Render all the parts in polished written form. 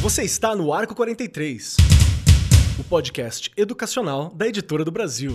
Você está no Arco 43, o podcast educacional da Editora do Brasil.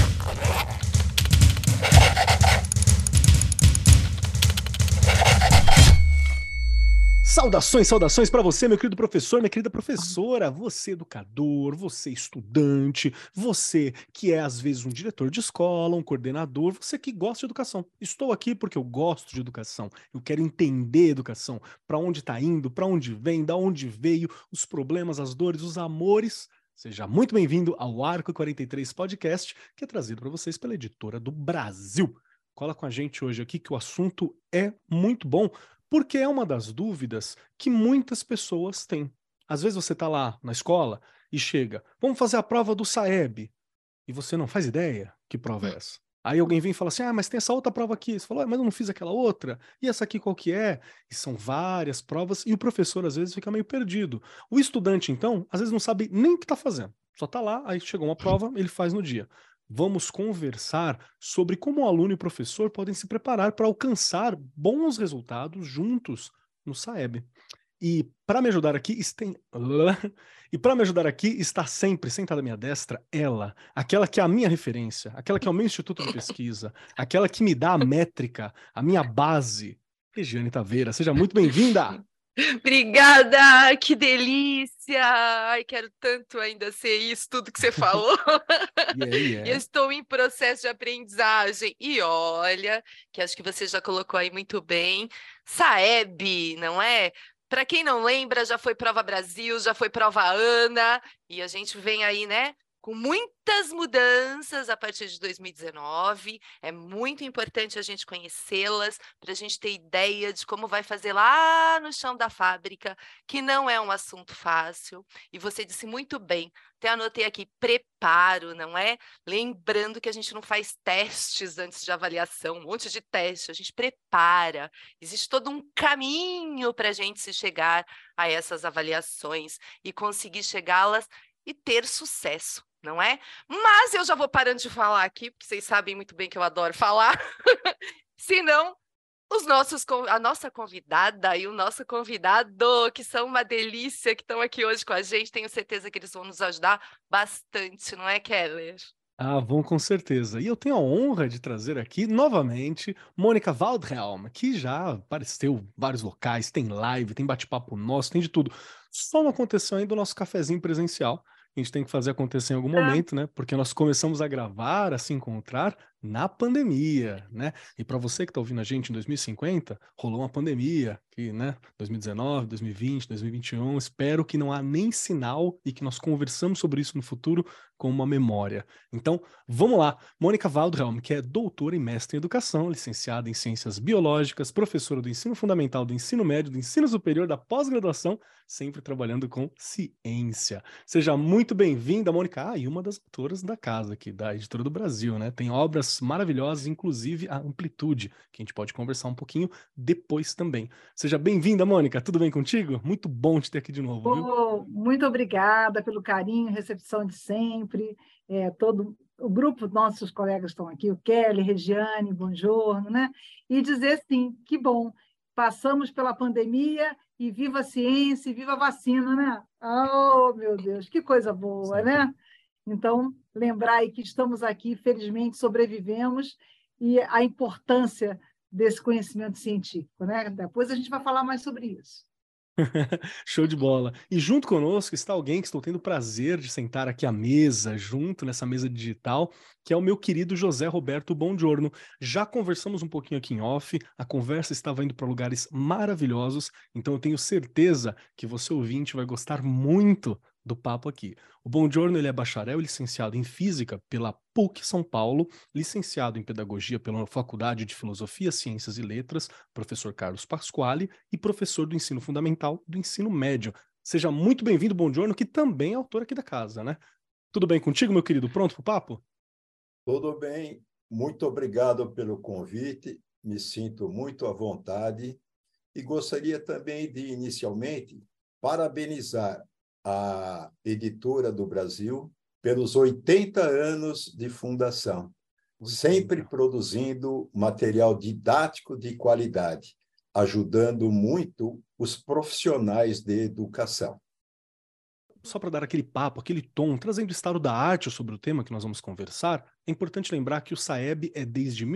Saudações para você, meu querido professor, minha querida professora, você educador, você estudante, você que é às vezes um diretor de escola, um coordenador, você que gosta de educação. Estou aqui porque eu gosto de educação, eu quero entender educação, para onde está indo, para onde vem, da onde veio, os problemas, as dores, os amores. Seja muito bem-vindo ao Arco 43 Podcast, que é trazido para vocês pela Editora do Brasil. Cola com a gente hoje aqui que o assunto é muito bom, porque é uma das dúvidas que muitas pessoas têm. Às vezes você está lá na escola e chega, vamos fazer a prova do SAEB, e você não faz ideia que prova é essa. Aí alguém vem e fala assim, mas tem essa outra prova aqui. Você fala, mas eu não fiz aquela outra? E essa aqui qual que é? E são várias provas, e o professor às vezes fica meio perdido. O estudante, então, às vezes não sabe nem o que está fazendo. Só está lá, aí chegou uma prova, ele faz no dia. Vamos conversar sobre como o aluno e o professor podem se preparar para alcançar bons resultados juntos no SAEB. E para me ajudar aqui, está sempre sentada à minha destra ela, aquela que é a minha referência, aquela que é o meu instituto de pesquisa, aquela que me dá a métrica, a minha base. Regiane Taveira, seja muito bem-vinda! Obrigada, que delícia! Ai, quero tanto ainda ser isso, tudo que você falou. Yeah. Eu estou em processo de aprendizagem. E olha, que acho que você já colocou aí muito bem, SAEB, não é? Para quem não lembra, já foi Prova Brasil, já foi Prova Ana, e a gente vem aí, né? Com muitas mudanças a partir de 2019, é muito importante a gente conhecê-las, para a gente ter ideia de como vai fazer lá no chão da fábrica, que não é um assunto fácil, e você disse muito bem, até anotei aqui, preparo, não é? Lembrando que a gente não faz testes antes de avaliação, um monte de teste, a gente prepara, existe todo um caminho para a gente se chegar a essas avaliações e conseguir chegá-las e ter sucesso. Não é? Mas eu já vou parando de falar aqui, porque vocês sabem muito bem que eu adoro falar. Senão, a nossa convidada e o nosso convidado, que são uma delícia, que estão aqui hoje com a gente, tenho certeza que eles vão nos ajudar bastante, não é, Keller? Vão com certeza. E eu tenho a honra de trazer aqui novamente Mônica Waldhelm, que já apareceu em vários locais, tem live, tem bate-papo nosso, tem de tudo. Só não aconteceu ainda o nosso cafezinho presencial. A gente tem que fazer acontecer em algum momento, né? Porque nós começamos a gravar, a se encontrar na pandemia, né? E para você que está ouvindo a gente em 2050, rolou uma pandemia, que, né? 2019, 2020, 2021. Espero que não há nem sinal e que nós conversamos sobre isso no futuro com uma memória. Então, vamos lá. Mônica Waldhelm, que é doutora e mestre em educação, licenciada em ciências biológicas, professora do ensino fundamental, do ensino médio, do ensino superior, da pós-graduação, sempre trabalhando com ciência. Seja muito bem-vinda, Mônica. E uma das autoras da casa aqui, da Editora do Brasil, né? Tem obras maravilhosas, inclusive a Amplitude, que a gente pode conversar um pouquinho depois também. Seja bem-vinda, Mônica. Tudo bem contigo? Muito bom te ter aqui de novo, viu? Muito obrigada pelo carinho, recepção de sempre. Todo o grupo, nossos colegas estão aqui, o Kelly, Regiane, buongiorno, né? E dizer, sim, que bom, passamos pela pandemia e viva a ciência e viva a vacina, né? Oh, meu Deus, que coisa boa, certo, né? Então, lembrar aí que estamos aqui, felizmente sobrevivemos, e a importância desse conhecimento científico, né? Depois a gente vai falar mais sobre isso. Show de bola. E junto conosco está alguém que estou tendo o prazer de sentar aqui à mesa, junto nessa mesa digital, que é o meu querido José Roberto Bongiorno. Já conversamos um pouquinho aqui em off, a conversa estava indo para lugares maravilhosos, então eu tenho certeza que você ouvinte vai gostar muito do papo aqui. O Bongiorno, ele é bacharel e licenciado em Física pela PUC São Paulo, licenciado em Pedagogia pela Faculdade de Filosofia, Ciências e Letras, professor Carlos Pasquale, e professor do ensino fundamental do ensino médio. Seja muito bem-vindo, Bongiorno, que também é autor aqui da casa, né? Tudo bem contigo, meu querido? Pronto pro papo? Tudo bem. Muito obrigado pelo convite. Me sinto muito à vontade e gostaria também de, inicialmente, parabenizar a Editora do Brasil pelos 80 anos de fundação, sempre produzindo material didático de qualidade, ajudando muito os profissionais de educação. só para dar aquele papo, aquele tom, trazendo estado da arte sobre o tema que nós vamos conversar, é importante lembrar que o SAEB é desde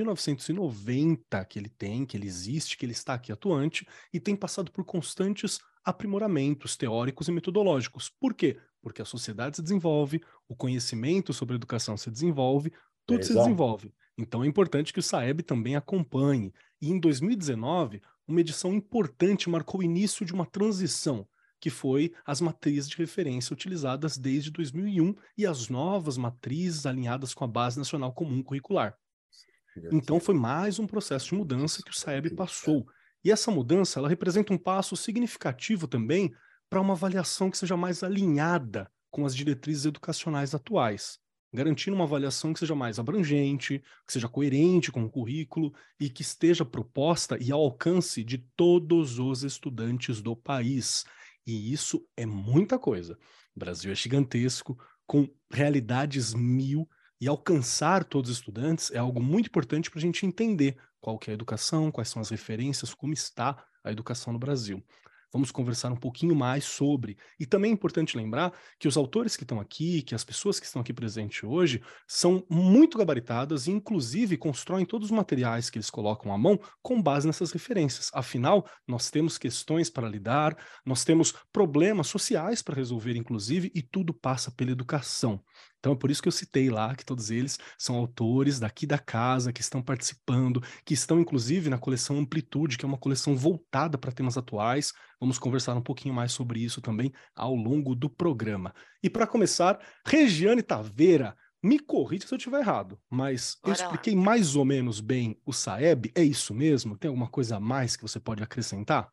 1990 que ele existe, que ele está aqui atuante e tem passado por constantes aprimoramentos teóricos e metodológicos. Por quê? Porque a sociedade se desenvolve, o conhecimento sobre educação se desenvolve, tudo se desenvolve. Então é importante que o SAEB também acompanhe. E em 2019, uma edição importante marcou o início de uma transição, que foi as matrizes de referência utilizadas desde 2001 e as novas matrizes alinhadas com a Base Nacional Comum Curricular. Então foi mais um processo de mudança que o SAEB passou. E essa mudança, ela representa um passo significativo também para uma avaliação que seja mais alinhada com as diretrizes educacionais atuais, garantindo uma avaliação que seja mais abrangente, que seja coerente com o currículo e que esteja proposta e ao alcance de todos os estudantes do país. E isso é muita coisa. O Brasil é gigantesco, com realidades mil, e alcançar todos os estudantes é algo muito importante para a gente entender qual que é a educação, quais são as referências, como está a educação no Brasil. Vamos conversar um pouquinho mais sobre. E também é importante lembrar que os autores que estão aqui, que as pessoas que estão aqui presentes hoje, são muito gabaritadas e, inclusive, constroem todos os materiais que eles colocam à mão com base nessas referências. Afinal, nós temos questões para lidar, nós temos problemas sociais para resolver, inclusive, e tudo passa pela educação. Então é por isso que eu citei lá que todos eles são autores daqui da casa, que estão participando, que estão inclusive na coleção Amplitude, que é uma coleção voltada para temas atuais. Vamos conversar um pouquinho mais sobre isso também ao longo do programa. E para começar, Regiane Taveira, me corrija se eu estiver errado, mas eu expliquei mais ou menos bem o SAEB, é isso mesmo? Tem alguma coisa a mais que você pode acrescentar?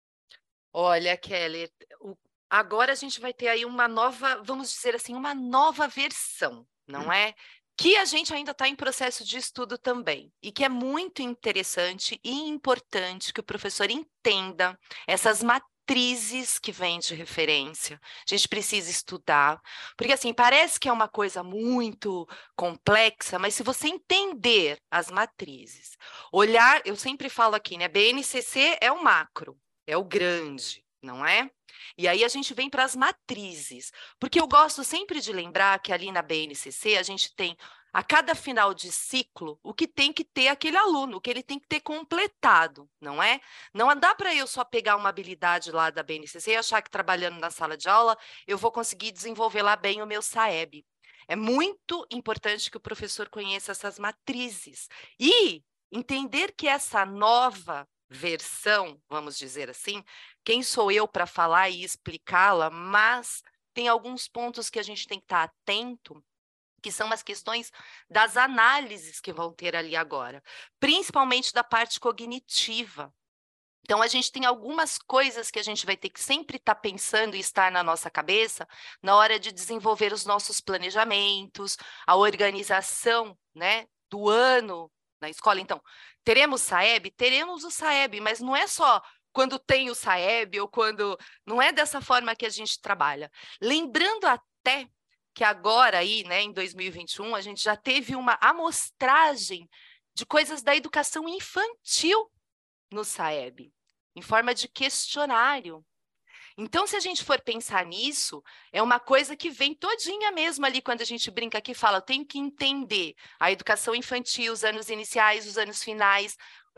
Olha, Kelly, agora a gente vai ter aí uma nova, vamos dizer assim, uma nova versão, não é? Que a gente ainda está em processo de estudo também, e que é muito interessante e importante que o professor entenda essas matrizes que vêm de referência. A gente precisa estudar, porque assim, parece que é uma coisa muito complexa, mas se você entender as matrizes, olhar, eu sempre falo aqui, né? BNCC é o macro, é o grande, não é? E aí a gente vem para as matrizes, porque eu gosto sempre de lembrar que ali na BNCC a gente tem, a cada final de ciclo, o que tem que ter aquele aluno, o que ele tem que ter completado, não é? Não dá para eu só pegar uma habilidade lá da BNCC e achar que trabalhando na sala de aula eu vou conseguir desenvolver lá bem o meu SAEB. É muito importante que o professor conheça essas matrizes e entender que essa nova versão, vamos dizer assim, quem sou eu para falar e explicá-la, mas tem alguns pontos que a gente tem que estar atento, que são as questões das análises que vão ter ali agora, principalmente da parte cognitiva. Então, a gente tem algumas coisas que a gente vai ter que sempre estar pensando e estar na nossa cabeça na hora de desenvolver os nossos planejamentos, a organização, né, do ano na escola. Então, teremos SAEB? Teremos o SAEB, mas não é só quando tem o SAEB ou quando... Não é dessa forma que a gente trabalha. Lembrando até que agora aí, né, em 2021, a gente já teve uma amostragem de coisas da educação infantil no SAEB, em forma de questionário. Então, se a gente for pensar nisso, é uma coisa que vem todinha mesmo ali, quando a gente brinca aqui e fala, eu tenho que entender a educação infantil, os anos iniciais, os anos finais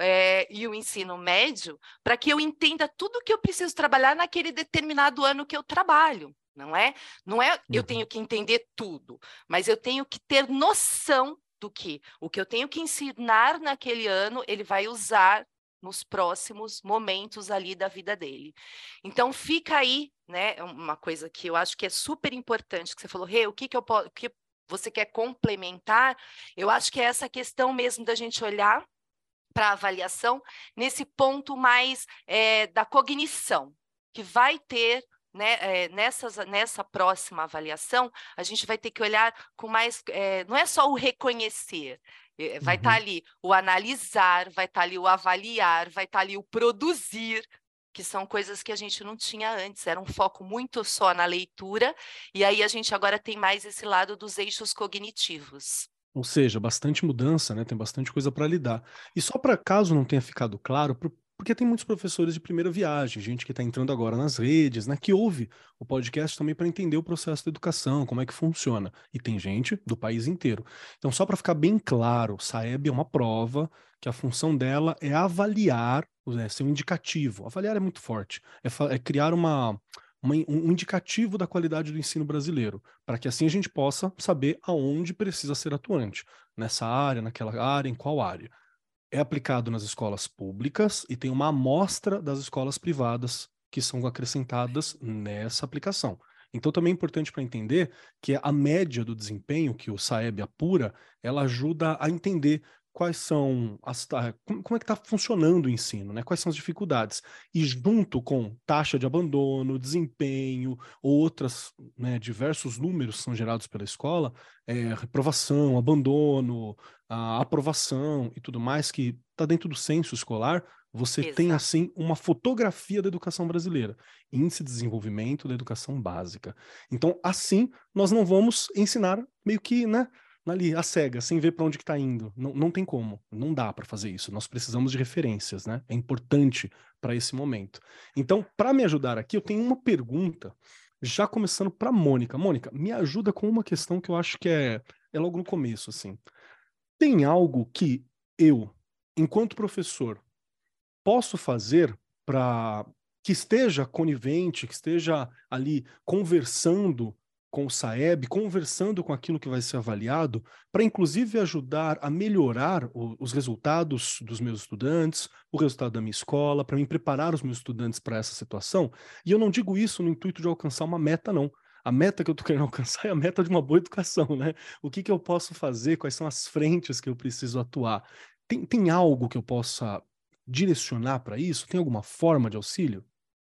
e o ensino médio, para que eu entenda tudo que eu preciso trabalhar naquele determinado ano que eu trabalho, não é? Não é eu tenho que entender tudo, mas eu tenho que ter noção do que o que eu tenho que ensinar naquele ano, ele vai usar nos próximos momentos ali da vida dele. Então, fica aí, né, uma coisa que eu acho que é super importante, que você falou, o que eu posso, o que você quer complementar? Eu acho que é essa questão mesmo da gente olhar para a avaliação nesse ponto mais da cognição, que vai ter, né, nessa próxima avaliação, a gente vai ter que olhar com mais, não é só o reconhecer, vai estar ali o analisar, vai estar ali o avaliar, vai estar ali o produzir, que são coisas que a gente não tinha antes, era um foco muito só na leitura, e aí a gente agora tem mais esse lado dos eixos cognitivos. Ou seja, bastante mudança, né? Tem bastante coisa para lidar. E só para caso não tenha ficado claro, Porque tem muitos professores de primeira viagem, gente que está entrando agora nas redes, né, que ouve o podcast também para entender o processo da educação, como é que funciona. E tem gente do país inteiro. Então, só para ficar bem claro, o SAEB é uma prova que a função dela é avaliar, ser um indicativo. Avaliar é muito forte. É criar um indicativo da qualidade do ensino brasileiro, para que assim a gente possa saber aonde precisa ser atuante. Nessa área, naquela área, em qual área. É aplicado nas escolas públicas e tem uma amostra das escolas privadas que são acrescentadas nessa aplicação. Então, também é importante para entender que a média do desempenho que o SAEB apura, ela ajuda a entender quais são como é que está funcionando o ensino, né? Quais são as dificuldades. E junto com taxa de abandono, desempenho, outras, né, diversos números que são gerados pela escola, reprovação, abandono, a aprovação e tudo mais que está dentro do censo escolar, você tem, assim, uma fotografia da educação brasileira. Índice de desenvolvimento da educação básica. Então, assim, nós não vamos ensinar meio que, né, ali, a cega, sem ver para onde que está indo. Não tem como. Não dá para fazer isso. Nós precisamos de referências, né? É importante para esse momento. Então, para me ajudar aqui, eu tenho uma pergunta, já começando para Mônica. Mônica, me ajuda com uma questão que eu acho que é logo no começo, assim. Tem algo que eu, enquanto professor, posso fazer para que esteja conivente, que esteja ali conversando com o SAEB, conversando com aquilo que vai ser avaliado, para inclusive ajudar a melhorar os resultados dos meus estudantes, o resultado da minha escola, para me preparar os meus estudantes para essa situação? E eu não digo isso no intuito de alcançar uma meta, não. A meta que eu estou querendo alcançar é a meta de uma boa educação, né? O que eu posso fazer, quais são as frentes que eu preciso atuar? Tem algo que eu possa direcionar para isso? Tem alguma forma de auxílio?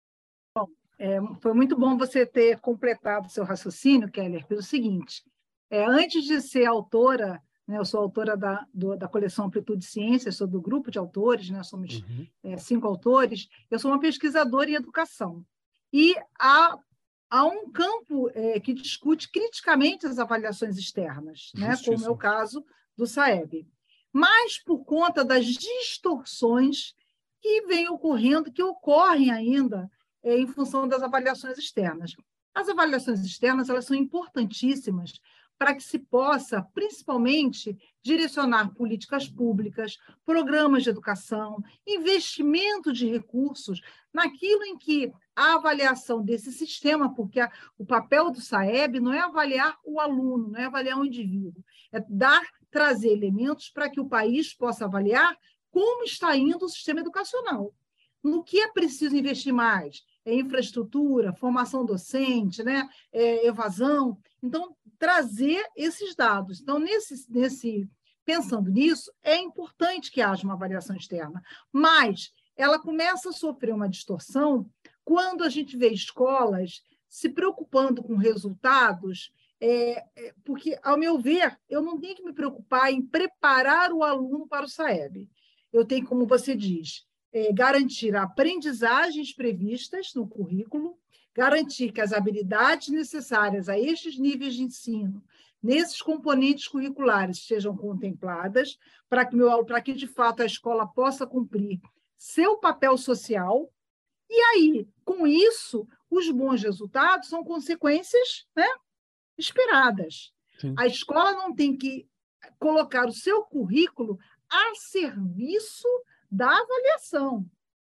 Foi muito bom você ter completado o seu raciocínio, Keller, pelo seguinte, antes de ser autora, né, eu sou autora da coleção Amplitude Ciências, sou do grupo de autores, né, somos 5 autores, eu sou uma pesquisadora em educação. E há um campo que discute criticamente as avaliações externas, né, como é o caso do SAEB. Mas por conta das distorções que vêm ocorrendo, que ocorrem ainda em função das avaliações externas. As avaliações externas, elas são importantíssimas para que se possa, principalmente, direcionar políticas públicas, programas de educação, investimento de recursos naquilo em que a avaliação desse sistema, porque o papel do SAEB não é avaliar o aluno, não é avaliar o indivíduo, é trazer elementos para que o país possa avaliar como está indo o sistema educacional. No que é preciso investir mais? Infraestrutura, formação docente, né? Evasão. Então, trazer esses dados. Então, pensando nisso, é importante que haja uma avaliação externa, mas ela começa a sofrer uma distorção quando a gente vê escolas se preocupando com resultados, porque, ao meu ver, eu não tenho que me preocupar em preparar o aluno para o SAEB. Eu tenho, como você diz, garantir aprendizagens previstas no currículo, garantir que as habilidades necessárias a estes níveis de ensino, nesses componentes curriculares, sejam contempladas, para que, de fato, a escola possa cumprir seu papel social. E aí, com isso, os bons resultados são consequências, né, esperadas. Sim. A escola não tem que colocar o seu currículo a serviço da avaliação.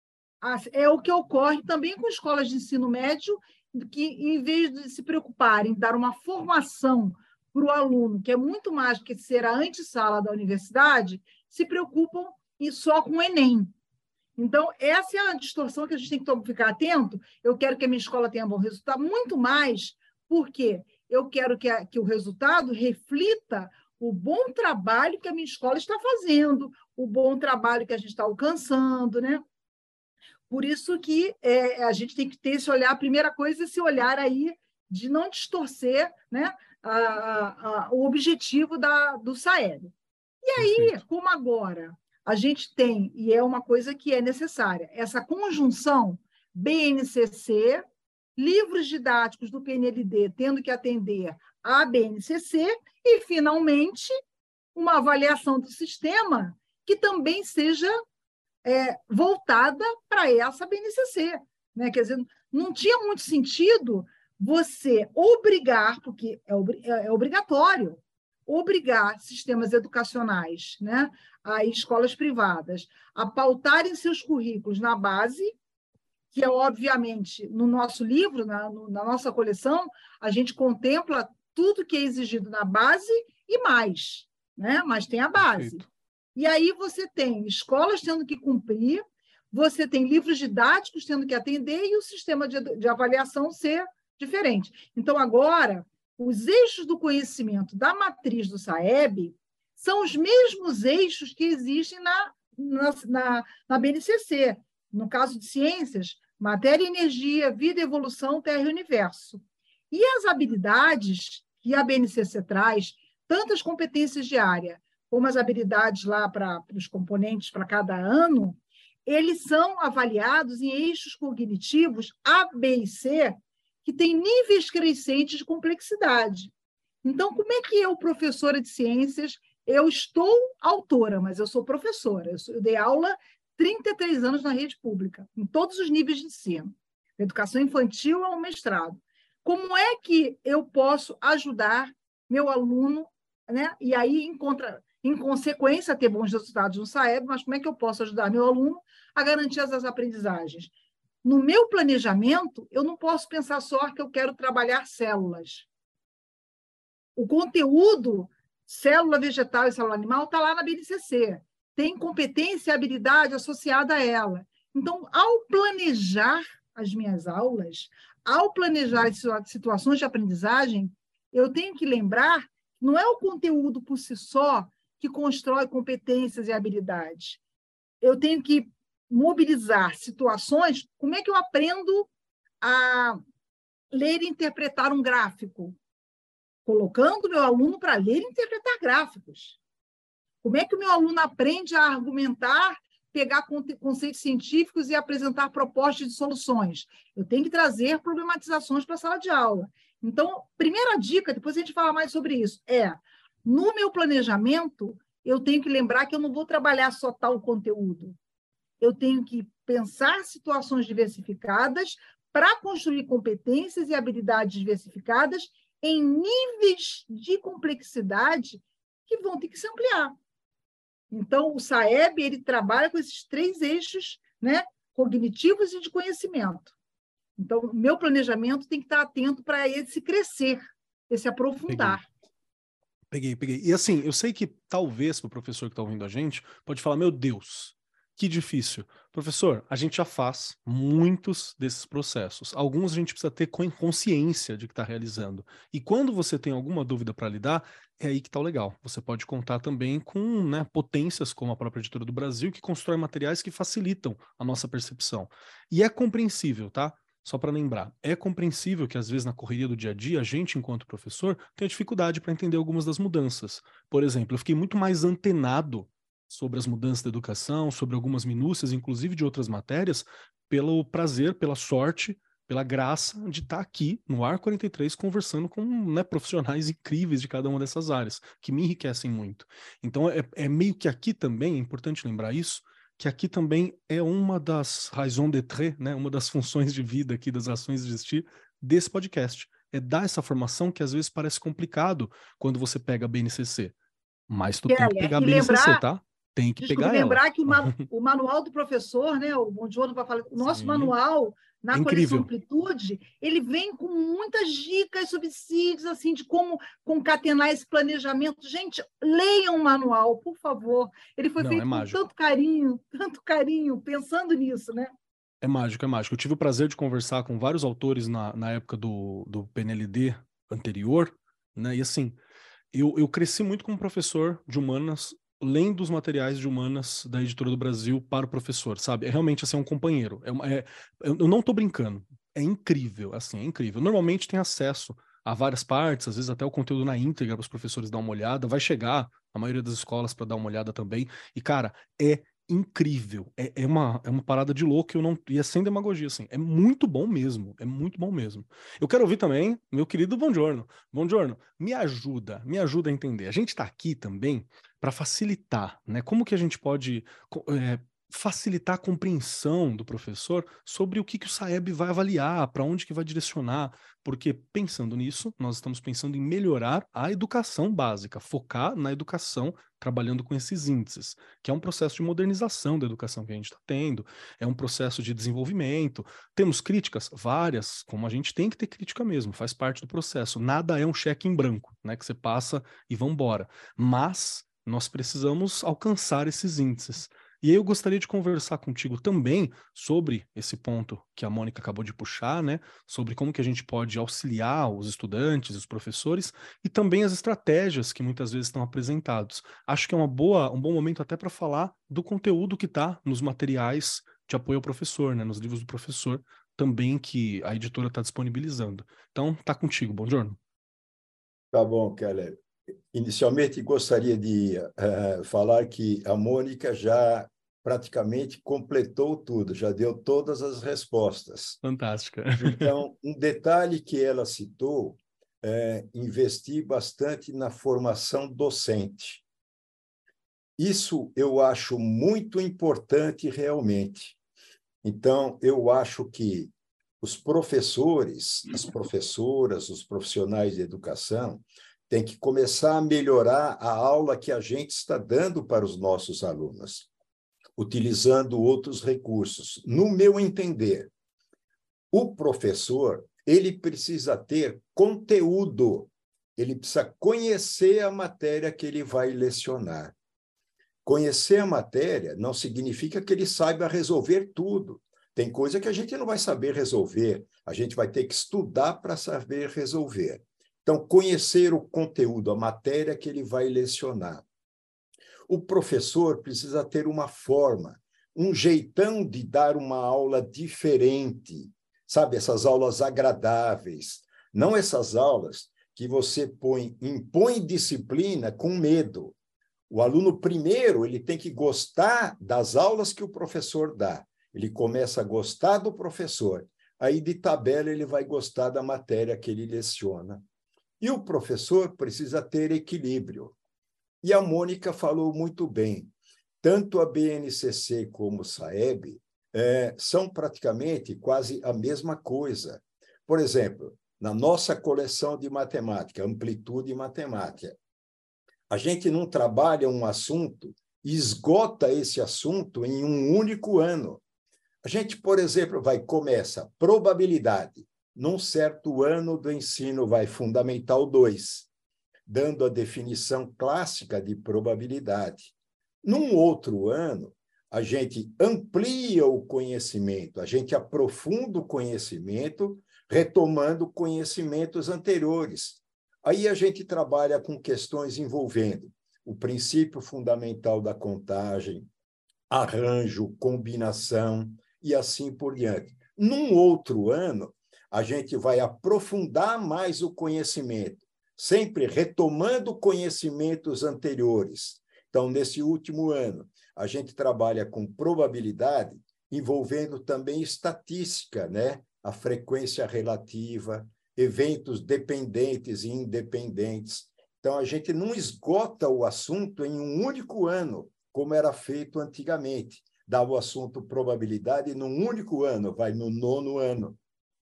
É o que ocorre também com escolas de ensino médio, que, em vez de se preocuparem em dar uma formação para o aluno, que é muito mais do que ser a antessala da universidade, se preocupam só com o Enem. Então, essa é a distorção que a gente tem que ficar atento. Eu quero que a minha escola tenha bom resultado, muito mais porque eu quero que o resultado reflita o bom trabalho que a minha escola está fazendo, o bom trabalho que a gente está alcançando, né? Por isso que a gente tem que ter esse olhar, a primeira coisa, esse olhar aí de não distorcer, né, o objetivo do SAEB. E aí, como agora a gente tem, e é uma coisa que é necessária, essa conjunção BNCC, livros didáticos do PNLD tendo que atender à BNCC e, finalmente, uma avaliação do sistema que também seja voltada para essa BNCC, né? Quer dizer, não tinha muito sentido você obrigar, porque é obrigatório, obrigar sistemas educacionais, né, a escolas privadas, a pautarem seus currículos na base, que é, obviamente, no nosso livro, na nossa coleção, a gente contempla tudo que é exigido na base e mais, né? Mas tem a base. Perfeito. E aí você tem escolas tendo que cumprir, você tem livros didáticos tendo que atender e o sistema de avaliação ser diferente. Então, agora, os eixos do conhecimento da matriz do SAEB são os mesmos eixos que existem na BNCC. No caso de ciências, matéria e energia, vida e evolução, terra e universo. E as habilidades que a BNCC traz, tanto as competências de área como as habilidades lá para os componentes para cada ano, eles são avaliados em eixos cognitivos A, B e C, que têm níveis crescentes de complexidade. Então, como é que eu, professora de ciências, eu estou autora, mas eu sou professora, eu dei aula 33 anos na rede pública, em todos os níveis de ensino, da educação infantil ao mestrado. Como é que eu posso ajudar meu aluno, né? E aí, em consequência, ter bons resultados no SAEB, mas como é que eu posso ajudar meu aluno a garantir as aprendizagens? No meu planejamento, eu não posso pensar só que eu quero trabalhar células. O conteúdo, célula vegetal e célula animal, está lá na BNCC. Tem competência e habilidade associada a ela. Então, ao planejar as minhas aulas, ao planejar as situações de aprendizagem, eu tenho que lembrar que não é o conteúdo por si só que constrói competências e habilidades. Eu tenho que mobilizar situações. Como é que eu aprendo a ler e interpretar um gráfico? Colocando meu aluno para ler e interpretar gráficos. Como é que o meu aluno aprende a argumentar, pegar conceitos científicos e apresentar propostas de soluções? Eu tenho que trazer problematizações para a sala de aula. Então, primeira dica, depois a gente fala mais sobre isso, no meu planejamento, eu tenho que lembrar que eu não vou trabalhar só tal conteúdo. Eu tenho que pensar situações diversificadas para construir competências e habilidades diversificadas em níveis de complexidade que vão ter que se ampliar. Então, o SAEB ele trabalha com esses 3 eixos, né, cognitivos e de conhecimento. Então, meu planejamento tem que estar atento para esse crescer, esse aprofundar. Peguei. E assim, eu sei que talvez para o professor que está ouvindo a gente, pode falar, meu Deus, que difícil. Professor, a gente já faz muitos desses processos. Alguns a gente precisa ter consciência de que está realizando. E quando você tem alguma dúvida para lidar, é aí que está o legal. Você pode contar também com, né, potências como a própria Editora do Brasil, que constrói materiais que facilitam a nossa percepção. E é compreensível, tá? Só para lembrar, é compreensível que às vezes na correria do dia a dia, a gente, enquanto professor, tenha dificuldade para entender algumas das mudanças. Por exemplo, eu fiquei muito mais antenado sobre as mudanças da educação, sobre algumas minúcias, inclusive de outras matérias, pelo prazer, pela sorte, pela graça de estar aqui no Ar 43 conversando com, né, profissionais incríveis de cada uma dessas áreas, que me enriquecem muito. Então é meio que aqui também, é importante lembrar isso, que aqui também é uma das raisons d'être, né, uma das funções de vida aqui, das razões de existir desse podcast. É dar essa formação que às vezes parece complicado quando você pega a BNCC. Mas tu tem que pegar a BNCC, tá? Tem que pegar ela. Lembrar que o manual do professor, né, o Bongiorno vai falar, o nosso manual na coleção Amplitude, ele vem com muitas dicas, subsídios, assim, de como concatenar esse planejamento. Gente, leiam o manual, por favor. Ele foi feito com tanto carinho, pensando nisso, né? É mágico. Eu tive o prazer de conversar com vários autores na época do PNLD anterior, né, e assim, eu cresci muito como professor de humanas, lendo os materiais de humanas da Editora do Brasil para o professor, sabe? É realmente, assim, um companheiro. Eu não tô brincando. É incrível, assim, é incrível. Normalmente tem acesso a várias partes, às vezes até o conteúdo na íntegra para os professores dar uma olhada. Vai chegar a maioria das escolas para dar uma olhada também. E, cara, é incrível. É uma parada de louco, e é sem demagogia, assim. É muito bom mesmo. Eu quero ouvir também meu querido Bongiorno. Bongiorno, me ajuda a entender. A gente está aqui também para facilitar, né? Como que a gente pode facilitar a compreensão do professor sobre o que o SAEB vai avaliar, para onde que vai direcionar, porque pensando nisso, nós estamos pensando em melhorar a educação básica, focar na educação, trabalhando com esses índices, que é um processo de modernização da educação que a gente está tendo, é um processo de desenvolvimento. Temos críticas? Várias, como a gente tem que ter crítica mesmo, faz parte do processo. Nada é um cheque em branco, né, que você passa e vambora. Mas nós precisamos alcançar esses índices. E aí eu gostaria de conversar contigo também sobre esse ponto que a Mônica acabou de puxar, né? Sobre como que a gente pode auxiliar os estudantes, os professores, e também as estratégias que muitas vezes estão apresentados. Acho que é um bom momento até para falar do conteúdo que está nos materiais de apoio ao professor, né? Nos livros do professor, também que a editora está disponibilizando. Então, tá contigo. Bom giorno. Tá bom, Keller. Inicialmente, gostaria de falar que a Mônica já praticamente completou tudo, já deu todas as respostas. Fantástica. Então, um detalhe que ela citou é investir bastante na formação docente. Isso eu acho muito importante realmente. Então, eu acho que os professores, as professoras, os profissionais de educação têm que começar a melhorar a aula que a gente está dando para os nossos alunos, utilizando outros recursos. No meu entender, o professor, ele precisa ter conteúdo, ele precisa conhecer a matéria que ele vai lecionar. Conhecer a matéria não significa que ele saiba resolver tudo. Tem coisa que a gente não vai saber resolver, a gente vai ter que estudar para saber resolver. Então, conhecer o conteúdo, a matéria que ele vai lecionar. O professor precisa ter uma forma, um jeitão de dar uma aula diferente, sabe? Essas aulas agradáveis, não essas aulas que você impõe disciplina com medo. O aluno, primeiro, ele tem que gostar das aulas que o professor dá. Ele começa a gostar do professor. Aí, de tabela, ele vai gostar da matéria que ele leciona. E o professor precisa ter equilíbrio. E a Mônica falou muito bem. Tanto a BNCC como o SAEB são praticamente quase a mesma coisa. Por exemplo, na nossa coleção de matemática, Amplitude Matemática, a gente não trabalha um assunto e esgota esse assunto em um único ano. A gente, por exemplo, começa probabilidade. Num certo ano do ensino vai Fundamental 2, dando a definição clássica de probabilidade. Num outro ano, a gente amplia o conhecimento, a gente aprofunda o conhecimento, retomando conhecimentos anteriores. Aí a gente trabalha com questões envolvendo o princípio fundamental da contagem, arranjo, combinação e assim por diante. Num outro ano, a gente vai aprofundar mais o conhecimento, sempre retomando conhecimentos anteriores. Então, nesse último ano, a gente trabalha com probabilidade, envolvendo também estatística, né? A frequência relativa, eventos dependentes e independentes. Então, a gente não esgota o assunto em um único ano, como era feito antigamente. Dava o assunto probabilidade num único ano, vai no 9º ano.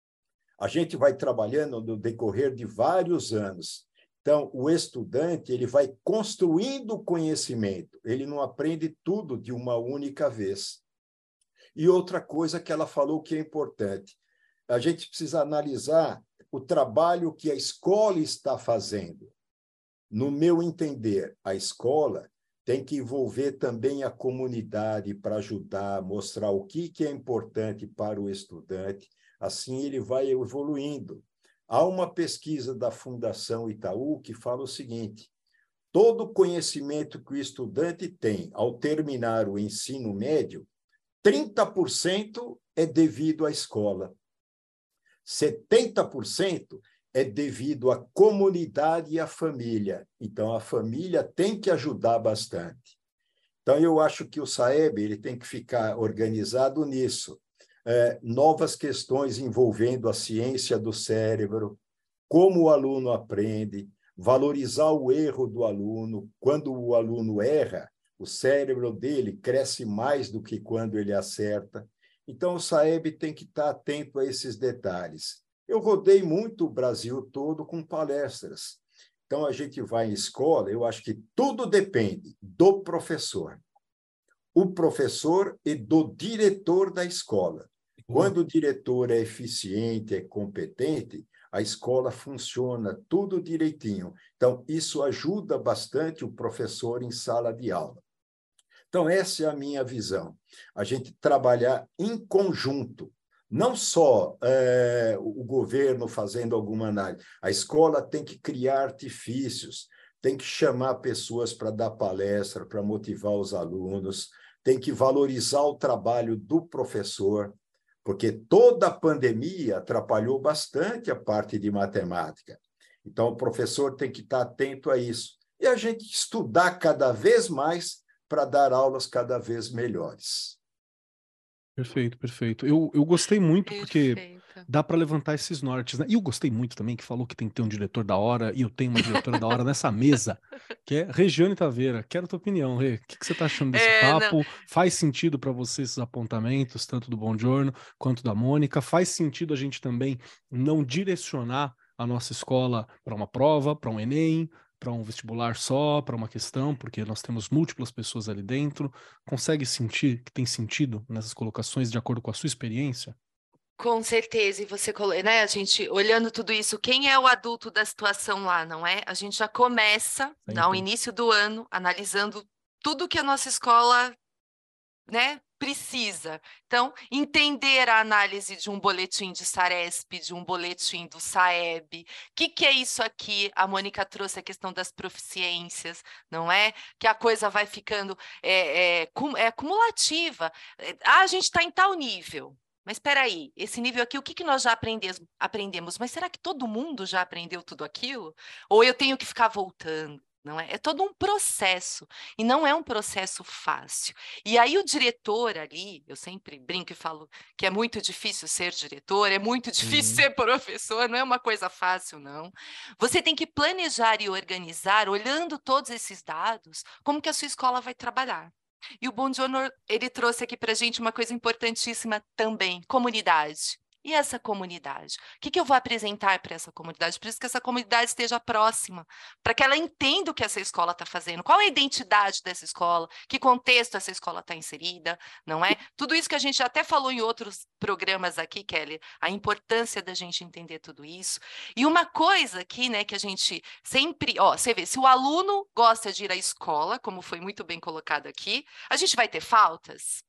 A gente vai trabalhando no decorrer de vários anos. Então, o estudante ele vai construindo conhecimento, ele não aprende tudo de uma única vez. E outra coisa que ela falou que é importante, a gente precisa analisar o trabalho que a escola está fazendo. No meu entender, a escola tem que envolver também a comunidade para ajudar, mostrar o que é importante para o estudante, assim ele vai evoluindo. Há uma pesquisa da Fundação Itaú que fala o seguinte: todo conhecimento que o estudante tem ao terminar o ensino médio, 30% é devido à escola. 70% é devido à comunidade e à família. Então, a família tem que ajudar bastante. Então, eu acho que o SAEB ele tem que ficar organizado nisso. Novas questões envolvendo a ciência do cérebro, como o aluno aprende, valorizar o erro do aluno. Quando o aluno erra, o cérebro dele cresce mais do que quando ele acerta. Então, o SAEB tem que estar atento a esses detalhes. Eu rodei muito o Brasil todo com palestras. Então, a gente vai em escola, eu acho que tudo depende do professor. O professor e do diretor da escola. Quando o diretor é eficiente, é competente, a escola funciona tudo direitinho. Então, isso ajuda bastante o professor em sala de aula. Então, essa é a minha visão. A gente trabalhar em conjunto, não só o governo fazendo alguma análise. A escola tem que criar artifícios, tem que chamar pessoas para dar palestra, para motivar os alunos, tem que valorizar o trabalho do professor, porque toda a pandemia atrapalhou bastante a parte de matemática. Então, o professor tem que estar atento a isso. E a gente estudar cada vez mais para dar aulas cada vez melhores. Perfeito, perfeito. Eu gostei muito porque Perfeito. dá para levantar esses nortes, né? E eu gostei muito também que falou que tem que ter um diretor da hora, e eu tenho uma diretora da hora nessa mesa, que é Regiane Taveira. Quero a tua opinião, Rê. O que você tá achando desse Não. papo? Faz sentido para você esses apontamentos, tanto do Bongiorno quanto da Mônica? Faz sentido a gente também não direcionar a nossa escola para uma prova, para um Enem, para um vestibular só, para uma questão, porque nós temos múltiplas pessoas ali dentro? Consegue sentir que tem sentido nessas colocações de acordo com a sua experiência? Com certeza, e você, né, a gente olhando tudo isso, quem é o adulto da situação lá, não é? A gente já começa, ao Sempre. início do ano, analisando tudo que a nossa escola, né, precisa. Então, entender a análise de um boletim de Saresp, de um boletim do SAEB. O que é isso aqui? A Mônica trouxe a questão das proficiências, não é? Que a coisa vai ficando cumulativa. A gente está em tal nível. Mas espera aí, esse nível aqui, o que nós já aprendemos? Mas será que todo mundo já aprendeu tudo aquilo? Ou eu tenho que ficar voltando? Não é? É todo um processo, e não é um processo fácil. E aí o diretor ali, eu sempre brinco e falo que é muito difícil ser diretor, é muito difícil ser professor, não é uma coisa fácil, não. Você tem que planejar e organizar, olhando todos esses dados, como que a sua escola vai trabalhar. E o Bongiorno, ele trouxe aqui para a gente uma coisa importantíssima também, comunidade. E essa comunidade? O que eu vou apresentar para essa comunidade? Por isso que essa comunidade esteja próxima, para que ela entenda o que essa escola está fazendo, qual é a identidade dessa escola, que contexto essa escola está inserida, não é? Tudo isso que a gente já até falou em outros programas aqui, Kelly, a importância da gente entender tudo isso. E uma coisa aqui, né, que a gente sempre, você vê, se o aluno gosta de ir à escola, como foi muito bem colocado aqui, a gente vai ter faltas?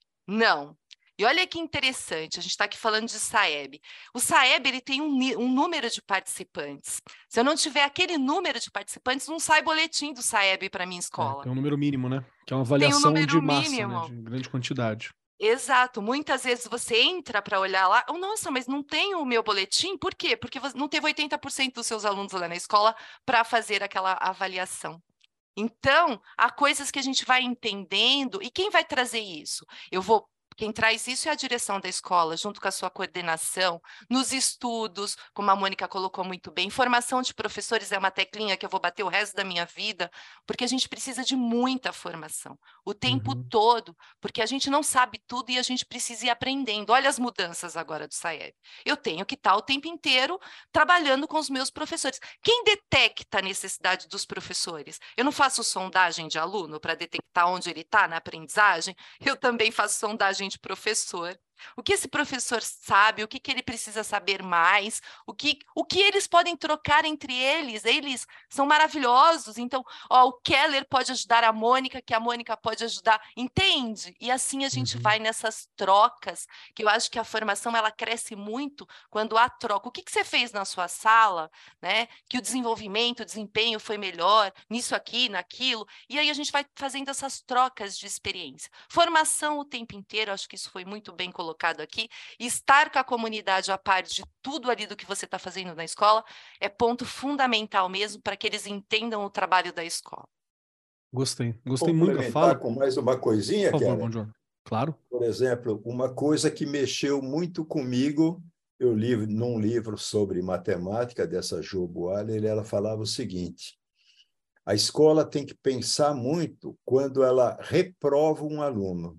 Não. E olha que interessante, a gente está aqui falando de SAEB. O SAEB ele tem um número de participantes. Se eu não tiver aquele número de participantes, não sai boletim do SAEB para minha escola. Tem um número mínimo, né? Que é uma Tem um avaliação número de massa, mínimo. né? De grande quantidade. Exato. Muitas vezes você entra para olhar lá, nossa, mas não tem o meu boletim? Por quê? Porque não teve 80% dos seus alunos lá na escola para fazer aquela avaliação. Então, há coisas que a gente vai entendendo, e quem vai trazer isso? Quem traz isso é a direção da escola, junto com a sua coordenação, nos estudos, como a Mônica colocou muito bem. Formação de professores é uma teclinha que eu vou bater o resto da minha vida, porque a gente precisa de muita formação, o tempo todo, porque a gente não sabe tudo e a gente precisa ir aprendendo. Olha as mudanças agora do SAEB. Eu tenho que estar o tempo inteiro trabalhando com os meus professores. Quem detecta a necessidade dos professores? Eu não faço sondagem de aluno para detectar onde ele está na aprendizagem, eu também faço sondagem de professor. O que esse professor sabe, o que ele precisa saber mais, o que eles podem trocar entre eles são maravilhosos. Então, o Keller pode ajudar a Mônica, que a Mônica pode ajudar, entende? E assim a gente vai nessas trocas, que eu acho que a formação ela cresce muito quando há troca. O que você fez na sua sala, né? Que o desenvolvimento, o desempenho foi melhor, nisso aqui, naquilo, e aí a gente vai fazendo essas trocas de experiência. Formação o tempo inteiro, acho que isso foi muito bem colocado aqui, estar com a comunidade a par de tudo ali do que você está fazendo na escola é ponto fundamental mesmo para que eles entendam o trabalho da escola. Gostei muito da fala. Com mais uma coisinha, por favor, Kelly. Bongiorno. Claro. Por exemplo, uma coisa que mexeu muito comigo, eu li num livro sobre matemática dessa Jo Boaler, ela falava o seguinte: A escola tem que pensar muito quando ela reprova um aluno.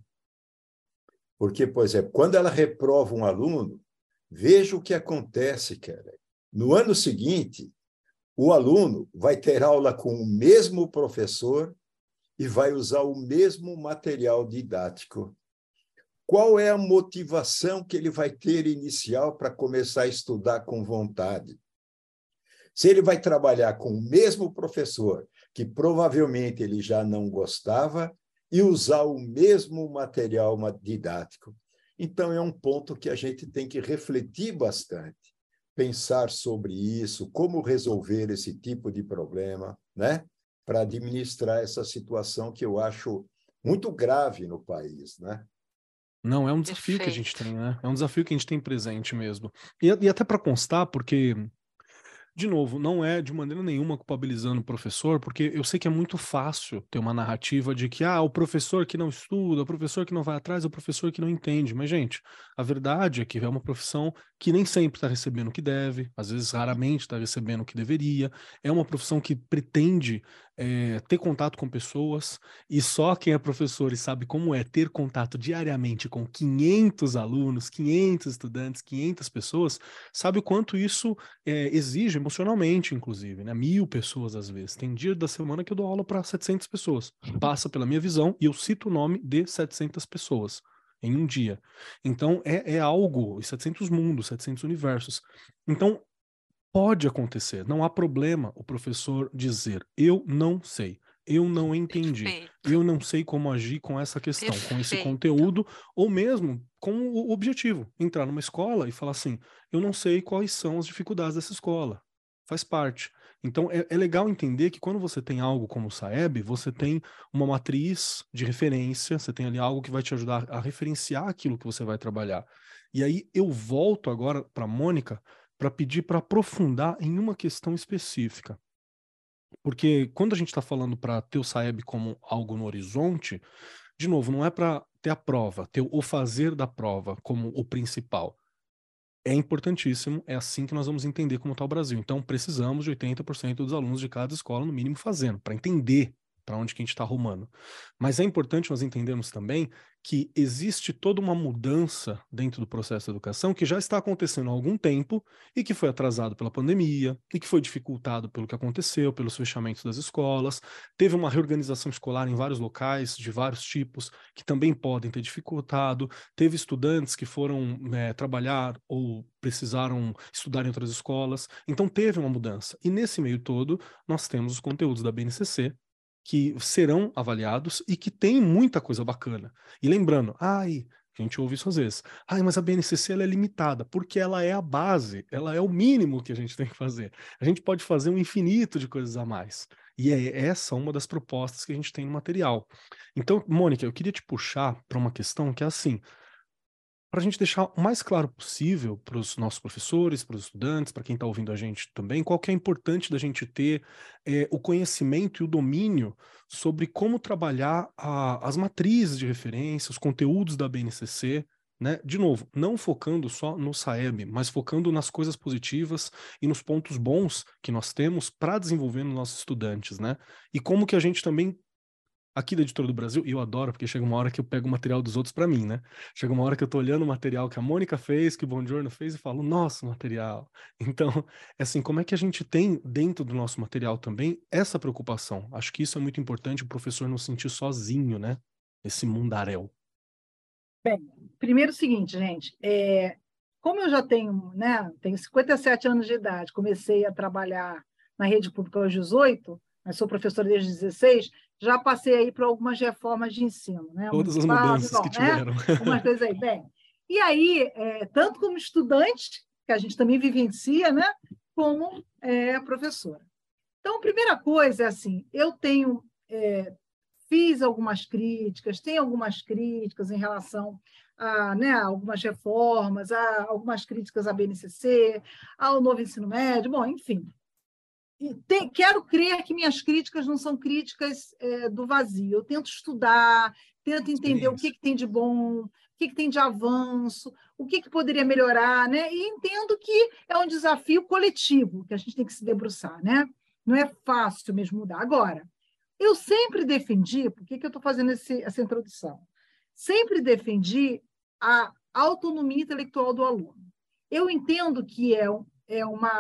Porque, por exemplo, quando ela reprova um aluno, veja o que acontece, Keller. No ano seguinte, o aluno vai ter aula com o mesmo professor e vai usar o mesmo material didático. Qual é a motivação que ele vai ter inicial para começar a estudar com vontade? Se ele vai trabalhar com o mesmo professor, que provavelmente ele já não gostava, e usar o mesmo material didático. Então, é um ponto que a gente tem que refletir bastante, pensar sobre isso, como resolver esse tipo de problema, né? Para administrar essa situação que eu acho muito grave no país, né? Não, é um desafio que a gente tem, né? É um desafio que a gente tem presente mesmo. E até para constar, porque... De novo, não é de maneira nenhuma culpabilizando o professor, porque eu sei que é muito fácil ter uma narrativa de que o professor que não estuda, o professor que não vai atrás, é o professor que não entende. Mas, gente, a verdade é que é uma profissão que nem sempre está recebendo o que deve, às vezes raramente está recebendo o que deveria. É uma profissão que pretende ter contato com pessoas, e só quem é professor e sabe como é ter contato diariamente com 500 alunos, 500 estudantes, 500 pessoas, sabe o quanto isso exige emocionalmente, inclusive, né? 1000 pessoas às vezes. Tem dia da semana que eu dou aula para 700 pessoas. Passa pela minha visão e eu cito o nome de 700 pessoas em um dia. Então, é algo, 700 mundos, 700 universos. Então, pode acontecer, não há problema o professor dizer, eu não sei, eu não entendi, Perfeito. eu não sei como agir com essa questão, com esse Perfeito. conteúdo, ou mesmo com o objetivo, entrar numa escola e falar assim, eu não sei quais são as dificuldades dessa escola, faz parte. Então é legal entender que quando você tem algo como o SAEB, você tem uma matriz de referência, você tem ali algo que vai te ajudar a referenciar aquilo que você vai trabalhar. E aí eu volto agora para a Mônica, para pedir para aprofundar em uma questão específica. Porque quando a gente está falando para ter o SAEB como algo no horizonte, de novo, não é para ter a prova, ter o fazer da prova como o principal. É importantíssimo, é assim que nós vamos entender como está o Brasil. Então, precisamos de 80% dos alunos de cada escola, no mínimo, fazendo, para entender para onde que a gente está arrumando. Mas é importante nós entendermos também que existe toda uma mudança dentro do processo de educação que já está acontecendo há algum tempo e que foi atrasado pela pandemia e que foi dificultado pelo que aconteceu, pelos fechamentos das escolas. Teve uma reorganização escolar em vários locais, de vários tipos, que também podem ter dificultado. Teve estudantes que foram trabalhar ou precisaram estudar em outras escolas. Então teve uma mudança. E nesse meio todo, nós temos os conteúdos da BNCC, que serão avaliados e que tem muita coisa bacana. E lembrando, a gente ouve isso às vezes, mas a BNCC ela é limitada, porque ela é a base, ela é o mínimo que a gente tem que fazer. A gente pode fazer um infinito de coisas a mais. E é essa uma das propostas que a gente tem no material. Então, Mônica, eu queria te puxar para uma questão que é assim, para a gente deixar o mais claro possível para os nossos professores, para os estudantes, para quem está ouvindo a gente também, qual que é importante da gente ter o conhecimento e o domínio sobre como trabalhar as matrizes de referência, os conteúdos da BNCC, né? De novo, não focando só no SAEB, mas focando nas coisas positivas e nos pontos bons que nós temos para desenvolver nos nossos estudantes, né? E como que a gente também aqui da Editora do Brasil, e eu adoro, porque chega uma hora que eu pego o material dos outros para mim, né? Chega uma hora que eu tô olhando o material que a Mônica fez, que o Bongiorno fez, e falo, nossa, material. Então, é assim, como é que a gente tem dentro do nosso material também essa preocupação? Acho que isso é muito importante, o professor não se sentir sozinho, né? Esse mundaréu. Bem, primeiro o seguinte, gente, como eu já tenho 57 anos de idade, comecei a trabalhar na rede pública aos 18, mas sou professora desde 16, já passei aí por algumas reformas de ensino, né? Todas as mudanças que tiveram. Algumas coisas aí. Bem, e aí, tanto como estudante, que a gente também vivencia, né? Como professora. Então, a primeira coisa é assim, eu tenho... fiz algumas críticas, tenho algumas críticas em relação a algumas reformas, a algumas críticas à BNCC, ao novo ensino médio, bom, enfim. Quero crer que minhas críticas não são críticas do vazio. Eu tento estudar, tento entender o que tem de bom, o que tem de avanço, o que poderia melhorar, né? E entendo que é um desafio coletivo que a gente tem que se debruçar, né? Não é fácil mesmo mudar. Agora, eu sempre defendi, por que eu estou fazendo essa introdução? Sempre defendi a autonomia intelectual do aluno. Eu entendo que é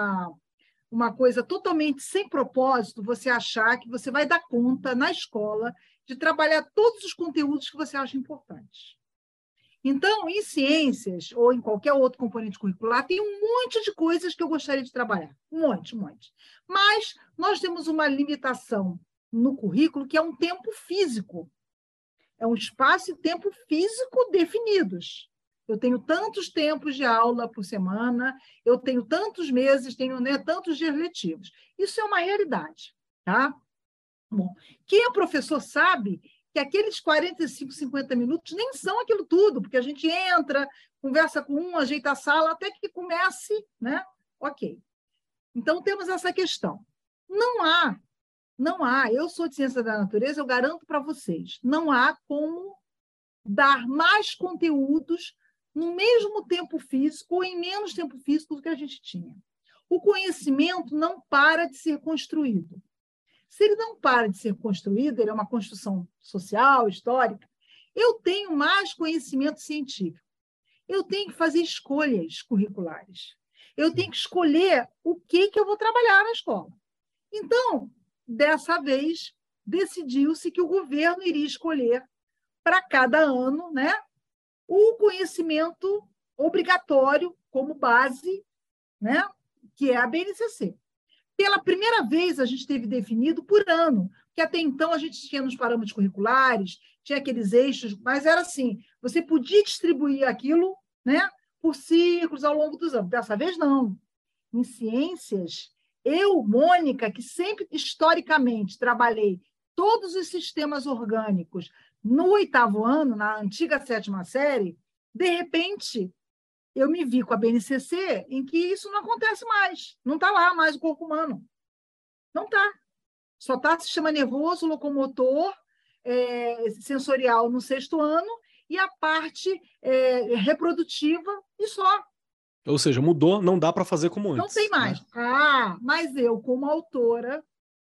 uma coisa totalmente sem propósito você achar que você vai dar conta na escola de trabalhar todos os conteúdos que você acha importantes. Então, em ciências ou em qualquer outro componente curricular, tem um monte de coisas que eu gostaria de trabalhar. Um monte, um monte. Mas nós temos uma limitação no currículo que é um tempo físico. É um espaço e tempo físico definidos. Eu tenho tantos tempos de aula por semana, eu tenho tantos meses, tenho, né, tantos dias letivos. Isso é uma realidade, tá? Bom, quem é professor sabe que aqueles 45, 50 minutos nem são aquilo tudo, porque a gente entra, conversa com um, ajeita a sala, até que comece, né? Ok. Então, temos essa questão. Não há, eu sou de ciência da natureza, eu garanto para vocês, não há como dar mais conteúdos no mesmo tempo físico ou em menos tempo físico do que a gente tinha. O conhecimento não para de ser construído. Se ele não para de ser construído, ele é uma construção social, histórica, eu tenho mais conhecimento científico. Eu tenho que fazer escolhas curriculares. Eu tenho que escolher o que eu vou trabalhar na escola. Então, dessa vez, decidiu-se que o governo iria escolher para cada ano, né, o conhecimento obrigatório como base, né, que é a BNCC. Pela primeira vez, a gente teve definido por ano, que até então a gente tinha nos parâmetros curriculares, tinha aqueles eixos, mas era assim, você podia distribuir aquilo, né, por ciclos ao longo dos anos. Dessa vez, não. Em ciências, eu, Mônica, que sempre, historicamente, trabalhei todos os sistemas orgânicos no 8º ano, na antiga 7ª série, de repente, eu me vi com a BNCC em que isso não acontece mais. Não está lá mais o corpo humano. Não está. Só está sistema nervoso, locomotor, sensorial no 6º ano e a parte reprodutiva e só. Ou seja, mudou, não dá para fazer como antes. Não tem mais. Né? Mas eu, como autora,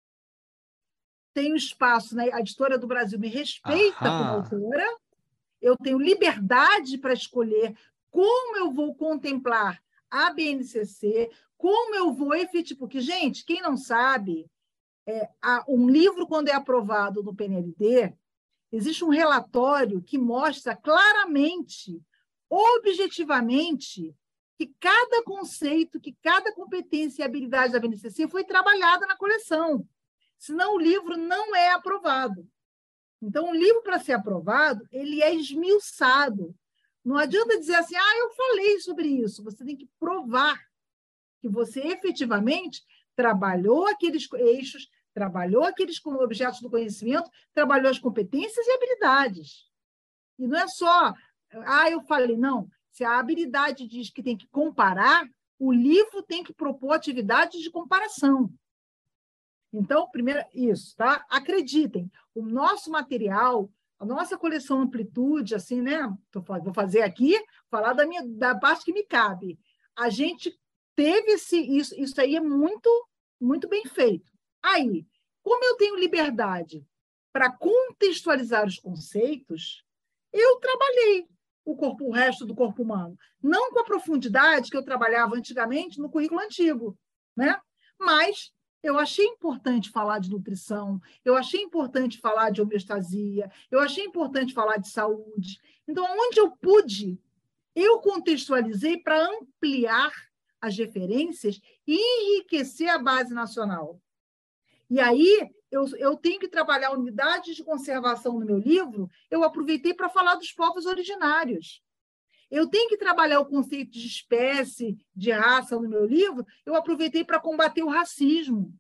tenho espaço, né? A Editora do Brasil me respeita como autora, eu tenho liberdade para escolher como eu vou contemplar a BNCC, como eu vou efetivar. Porque, gente, quem não sabe, um livro, quando é aprovado no PNLD, existe um relatório que mostra claramente, objetivamente, que cada conceito, que cada competência e habilidade da BNCC foi trabalhada na coleção. Senão, o livro não é aprovado. Então, o livro, para ser aprovado, ele é esmiuçado. Não adianta dizer assim, eu falei sobre isso. Você tem que provar que você efetivamente trabalhou aqueles eixos, trabalhou aqueles objetos do conhecimento, trabalhou as competências e habilidades. E não é só, eu falei, não. Se a habilidade diz que tem que comparar, o livro tem que propor atividades de comparação. Então, primeiro, isso, tá? Acreditem, o nosso material, a nossa coleção Amplitude, assim, né? Vou fazer aqui, falar da parte que me cabe. A gente teve isso aí é muito, muito bem feito. Aí, como eu tenho liberdade para contextualizar os conceitos, eu trabalhei o resto do corpo humano. Não com a profundidade que eu trabalhava antigamente no currículo antigo, né? Mas eu achei importante falar de nutrição, eu achei importante falar de homeostasia, eu achei importante falar de saúde. Então, onde eu pude, eu contextualizei para ampliar as referências e enriquecer a base nacional. E aí, eu tenho que trabalhar unidades de conservação no meu livro, eu aproveitei para falar dos povos originários. Eu tenho que trabalhar o conceito de espécie, de raça no meu livro, eu aproveitei para combater o racismo.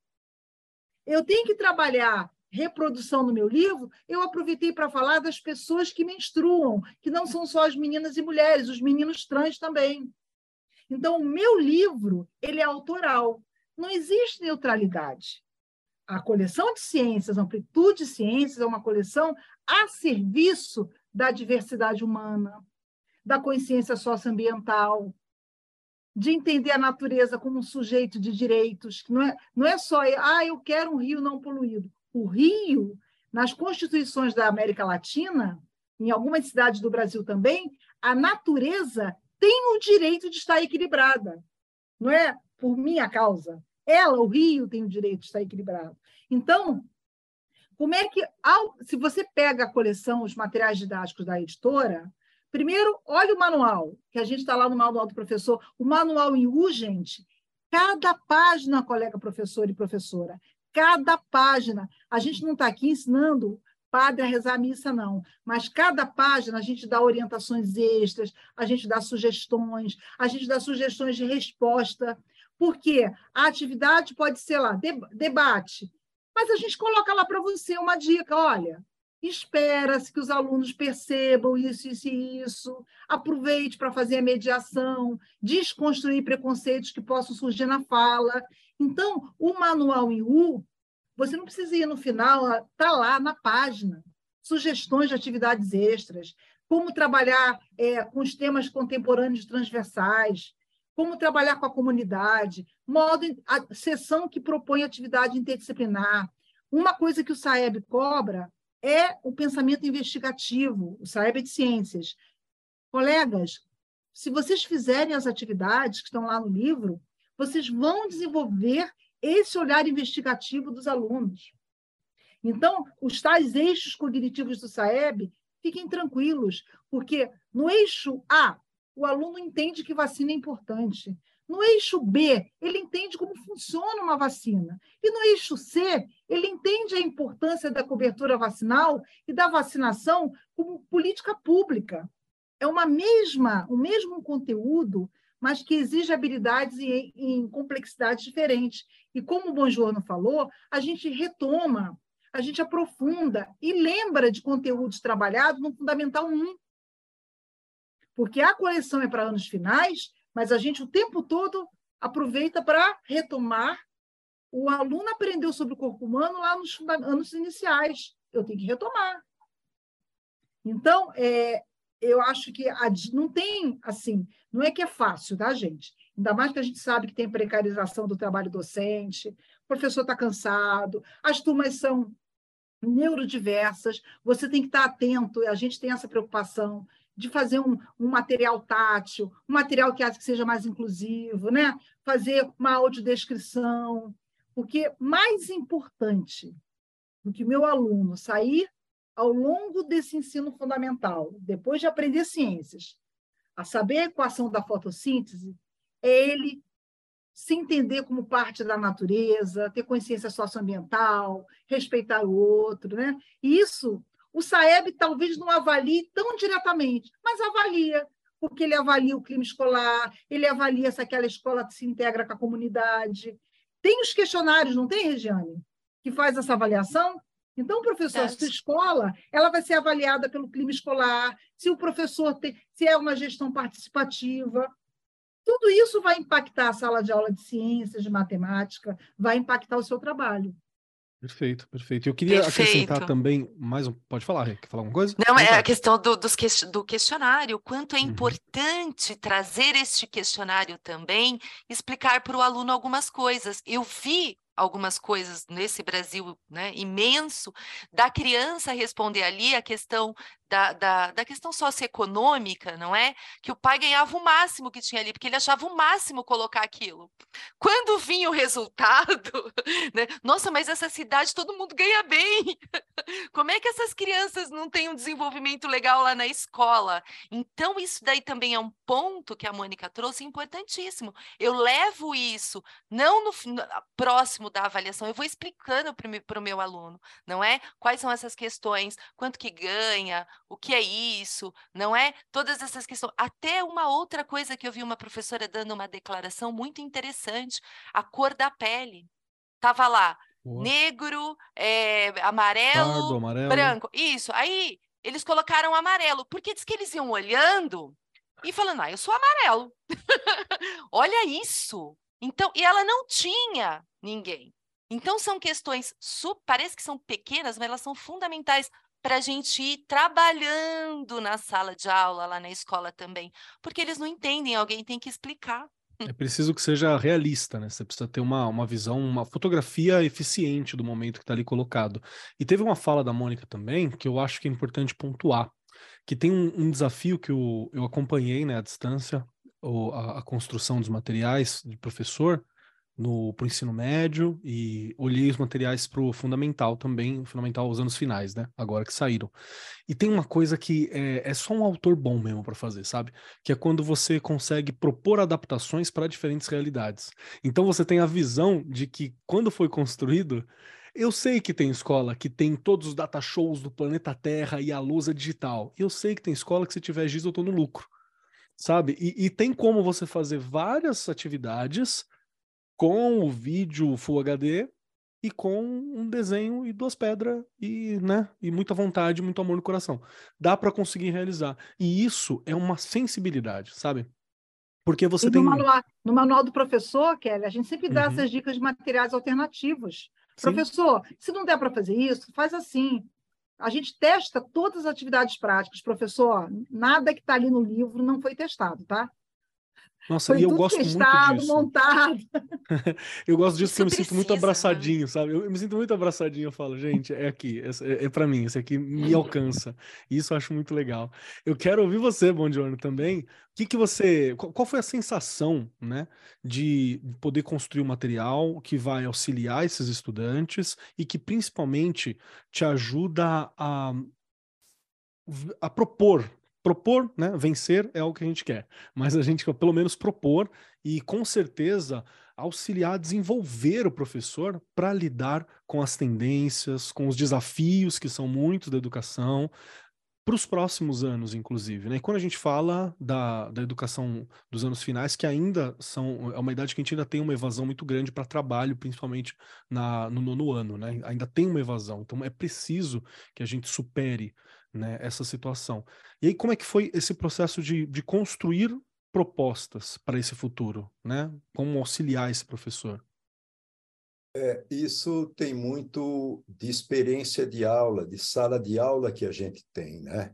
Eu tenho que trabalhar reprodução no meu livro, eu aproveitei para falar das pessoas que menstruam, que não são só as meninas e mulheres, os meninos trans também. Então, o meu livro, ele é autoral. Não existe neutralidade. A coleção de ciências, Amplitude de Ciências, é uma coleção a serviço da diversidade humana, da consciência socioambiental. de entender a natureza como um sujeito de direitos, que não é só, eu quero um rio não poluído. O rio, nas constituições da América Latina, em algumas cidades do Brasil também, a natureza tem o direito de estar equilibrada. Não é por minha causa. Ela, o rio, tem o direito de estar equilibrado. Então, como é que, se você pega a coleção, os materiais didáticos da editora, primeiro, olha o manual, que a gente está lá no manual do professor, o manual em U, gente, cada página, colega professor e professora, cada página, a gente não está aqui ensinando padre a rezar a missa, não, mas cada página a gente dá orientações extras, a gente dá sugestões de resposta, porque a atividade pode ser lá, debate, mas a gente coloca lá para você uma dica, olha, espera-se que os alunos percebam isso, isso e isso, aproveite para fazer a mediação, desconstruir preconceitos que possam surgir na fala. Então, o manual em U, você não precisa ir no final, está lá na página, sugestões de atividades extras, como trabalhar com os temas contemporâneos transversais, como trabalhar com a comunidade, a sessão que propõe atividade interdisciplinar. Uma coisa que o SAEB cobra é o pensamento investigativo, o SAEB é de ciências. Colegas, se vocês fizerem as atividades que estão lá no livro, vocês vão desenvolver esse olhar investigativo dos alunos. Então, os tais eixos cognitivos do SAEB, fiquem tranquilos, porque no eixo A, o aluno entende que vacina é importante. No eixo B, ele entende como funciona uma vacina. E no eixo C, ele entende a importância da cobertura vacinal e da vacinação como política pública. É o mesmo conteúdo, mas que exige habilidades em complexidades diferentes. E como o Bongiorno falou, a gente retoma, a gente aprofunda e lembra de conteúdos trabalhados no Fundamental 1. Porque a coleção é para anos finais, mas a gente o tempo todo aproveita para retomar. O aluno aprendeu sobre o corpo humano lá nos anos iniciais. Eu tenho que retomar. Então, eu acho que não tem, assim, não é que é fácil, tá, gente? Ainda mais que a gente sabe que tem precarização do trabalho docente, o professor está cansado, as turmas são neurodiversas, você tem que estar atento, a gente tem essa preocupação de fazer um material tátil, um material que seja mais inclusivo, né? Fazer uma audiodescrição, porque mais importante do que o meu aluno sair ao longo desse ensino fundamental, depois de aprender ciências, a saber a equação da fotossíntese, é ele se entender como parte da natureza, ter consciência socioambiental, respeitar o outro, né? E isso, o SAEB talvez não avalie tão diretamente, mas avalia, porque ele avalia o clima escolar, ele avalia se aquela escola se integra com a comunidade. Tem os questionários, não tem, Regiane, que faz essa avaliação? Então, professor, a sua escola ela vai ser avaliada pelo clima escolar, se o professor se é uma gestão participativa. Tudo isso vai impactar a sala de aula de ciências, de matemática, vai impactar o seu trabalho. Perfeito, perfeito. Eu queria acrescentar também mais um... Pode falar, Rê? Quer falar alguma coisa? Não, é a questão do questionário. O quanto é importante trazer este questionário também, explicar para o aluno algumas coisas. Eu vi algumas coisas nesse Brasil, né, imenso, da criança responder ali a questão da questão socioeconômica, não é? Que o pai ganhava o máximo que tinha ali, porque ele achava o máximo colocar aquilo. Quando vinha o resultado, né? Nossa, mas essa cidade todo mundo ganha bem. Como é que essas crianças não têm um desenvolvimento legal lá na escola? Então, isso daí também é um ponto que a Mônica trouxe importantíssimo. Eu levo isso, não no próximo da avaliação, eu vou explicando para o meu aluno, não é? Quais são essas questões, quanto que ganha, o que é isso, não é? Todas essas questões. Até uma outra coisa que eu vi uma professora dando uma declaração muito interessante, a cor da pele. Estava lá, negro, amarelo, Pardo, amarelo, branco. Isso, aí eles colocaram amarelo, porque diz que eles iam olhando e falando, eu sou amarelo. Olha isso. Então, e ela não tinha ninguém. Então, são questões, parece que são pequenas, mas elas são fundamentais para a gente ir trabalhando na sala de aula, lá na escola também, porque eles não entendem, alguém tem que explicar. É preciso que seja realista, né? Você precisa ter uma visão, uma fotografia eficiente do momento que está ali colocado. E teve uma fala da Mônica também, que eu acho que é importante pontuar, que tem um desafio que eu acompanhei, né, à distância, a construção dos materiais de professor pro ensino médio, e olhei os materiais para o fundamental também, o fundamental aos anos finais, né? Agora que saíram. E tem uma coisa que é só um autor bom mesmo para fazer, sabe? Que é quando você consegue propor adaptações para diferentes realidades. Então você tem a visão de que quando foi construído, eu sei que tem escola que tem todos os data shows do planeta Terra e a lousa digital. Eu sei que tem escola que se tiver giz eu tô no lucro, sabe? E tem como você fazer várias atividades com o vídeo Full HD e com um desenho e duas pedras e, né, e muita vontade, muito amor no coração. Dá para conseguir realizar. E isso é uma sensibilidade, sabe? Porque você E tem... no manual do professor, Kelly, a gente sempre dá Uhum. essas dicas de materiais alternativos. Sim. Professor, se não der para fazer isso, faz assim. A gente testa todas as atividades práticas. Professor, nada que está ali no livro não foi testado, tá? Nossa, e Foi eu tudo gosto muito testado, disso. montado. Eu gosto disso porque eu Isso me sinto muito precisa, né? abraçadinho, sabe? Eu me sinto muito abraçadinho. Eu falo, gente, é aqui, é para mim, esse aqui me alcança. E isso eu acho muito legal. Eu quero ouvir você, Bongiorno, também. O que você, qual foi a sensação, né, de poder construir um material que vai auxiliar esses estudantes e que principalmente te ajuda a propor. Propor, né? Vencer é algo que a gente quer, mas a gente quer pelo menos propor e com certeza auxiliar a desenvolver o professor para lidar com as tendências, com os desafios que são muitos da educação para os próximos anos, inclusive, né? E quando a gente fala da educação dos anos finais, que ainda é uma idade que a gente ainda tem uma evasão muito grande para trabalho, principalmente no nono ano, né? Ainda tem uma evasão, então é preciso que a gente supere, né, essa situação. E aí, como é que foi esse processo de construir propostas para esse futuro, né? Como auxiliar esse professor? Isso tem muito de experiência de aula, de sala de aula que a gente tem, né?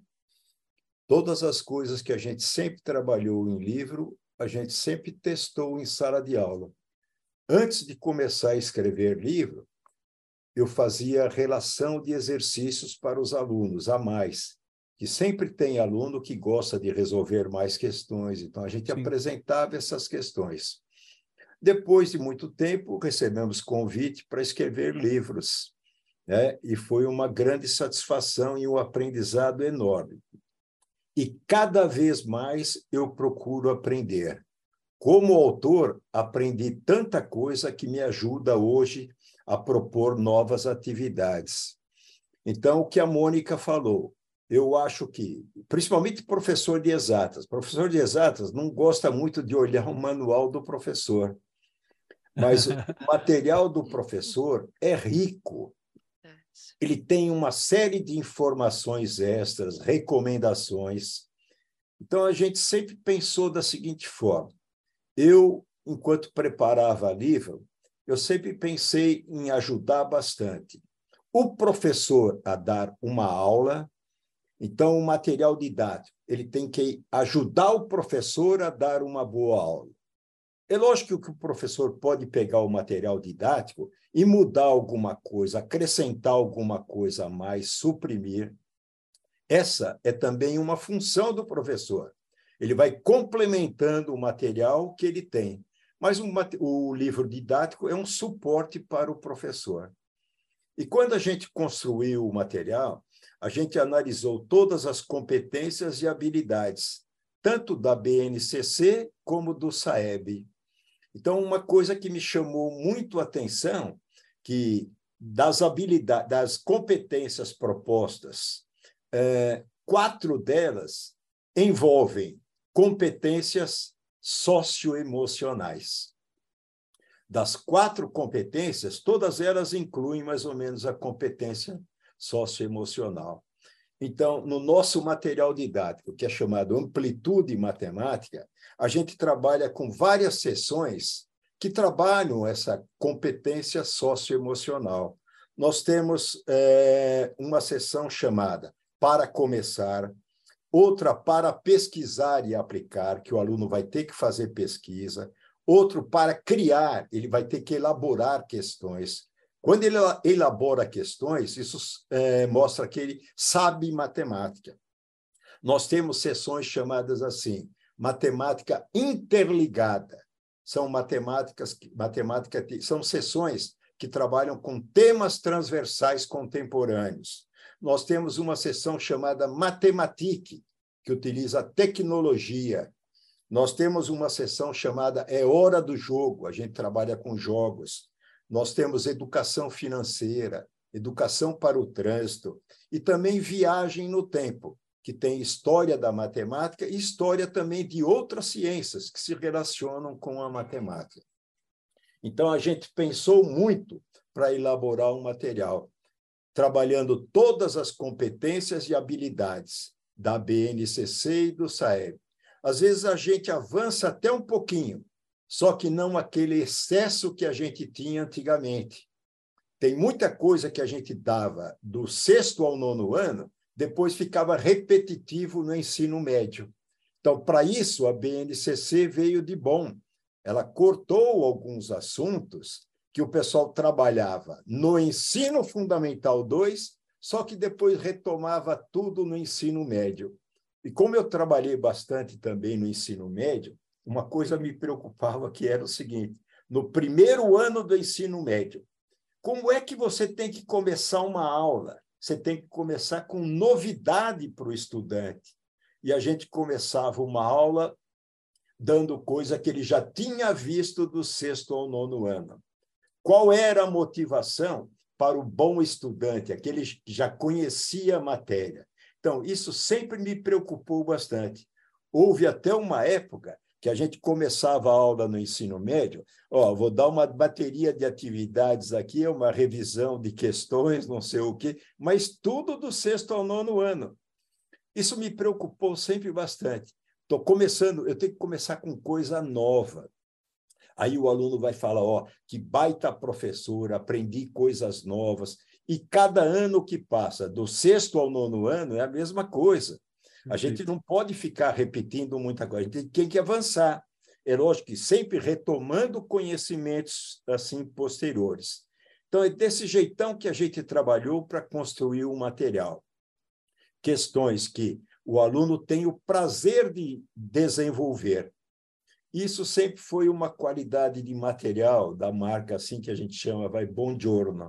Todas as coisas que a gente sempre trabalhou em livro, a gente sempre testou em sala de aula. Antes de começar a escrever livro, eu fazia relação de exercícios para os alunos, a mais, que sempre tem aluno que gosta de resolver mais questões, então a gente Sim. apresentava essas questões. Depois de muito tempo, recebemos convite para escrever livros, né? E foi uma grande satisfação e um aprendizado enorme. E cada vez mais eu procuro aprender. Como autor, aprendi tanta coisa que me ajuda hoje a propor novas atividades. Então, o que a Mônica falou, eu acho que, principalmente professor de exatas não gosta muito de olhar o manual do professor, mas o material do professor é rico. Ele tem uma série de informações extras, recomendações. Então, a gente sempre pensou da seguinte forma. Eu, enquanto preparava livro, eu sempre pensei em ajudar bastante o professor a dar uma aula. Então, o material didático, ele tem que ajudar o professor a dar uma boa aula. É lógico que o professor pode pegar o material didático e mudar alguma coisa, acrescentar alguma coisa a mais, suprimir. Essa é também uma função do professor. Ele vai complementando o material que ele tem. Mas o livro didático é um suporte para o professor. E quando a gente construiu o material, a gente analisou todas as competências e habilidades, tanto da BNCC como do SAEB. Então, uma coisa que me chamou muito a atenção, que das habilidades, das competências propostas, 4 delas envolvem competências socioemocionais. Das 4 competências, todas elas incluem mais ou menos a competência socioemocional. Então, no nosso material didático, que é chamado Amplitude Matemática, a gente trabalha com várias sessões que trabalham essa competência socioemocional. Nós temos uma sessão chamada Para Começar, outra para pesquisar e aplicar, que o aluno vai ter que fazer pesquisa, outro para criar, ele vai ter que elaborar questões. Quando ele elabora questões, isso mostra que ele sabe matemática. Nós temos sessões chamadas assim, matemática interligada. São são sessões que trabalham com temas transversais contemporâneos. Nós temos uma sessão chamada Matematique, que utiliza tecnologia. Nós temos uma sessão chamada É Hora do Jogo, a gente trabalha com jogos. Nós temos educação financeira, educação para o trânsito e também viagem no tempo, que tem história da matemática e história também de outras ciências que se relacionam com a matemática. Então, a gente pensou muito para elaborar um material, trabalhando todas as competências e habilidades da BNCC e do SAEB. Às vezes, a gente avança até um pouquinho, só que não aquele excesso que a gente tinha antigamente. Tem muita coisa que a gente dava do 6º ao 9º ano, depois ficava repetitivo no ensino médio. Então, para isso, a BNCC veio de bom. Ela cortou alguns assuntos que o pessoal trabalhava no ensino fundamental 2, só que depois retomava tudo no ensino médio. E como eu trabalhei bastante também no ensino médio, uma coisa me preocupava, que era o seguinte: no primeiro ano do ensino médio, como é que você tem que começar uma aula? Você tem que começar com novidade para o estudante. E a gente começava uma aula dando coisa que ele já tinha visto do 6º ao 9º ano. Qual era a motivação para o bom estudante, aquele que já conhecia a matéria? Então, isso sempre me preocupou bastante. Houve até uma época que a gente começava a aula no ensino médio, vou dar uma bateria de atividades aqui, uma revisão de questões, não sei o quê, mas tudo do 6º ao 9º ano. Isso me preocupou sempre bastante. Estou começando, eu tenho que começar com coisa nova. Aí o aluno vai falar, que baita professor, aprendi coisas novas. E cada ano que passa, do 6º ao 9º ano, é a mesma coisa. A gente não pode ficar repetindo muita coisa, a gente tem que avançar. É lógico que sempre retomando conhecimentos assim posteriores. Então, é desse jeitão que a gente trabalhou para construir o material. Questões que o aluno tem o prazer de desenvolver. Isso sempre foi uma qualidade de material da marca assim que a gente chama, Buongiorno.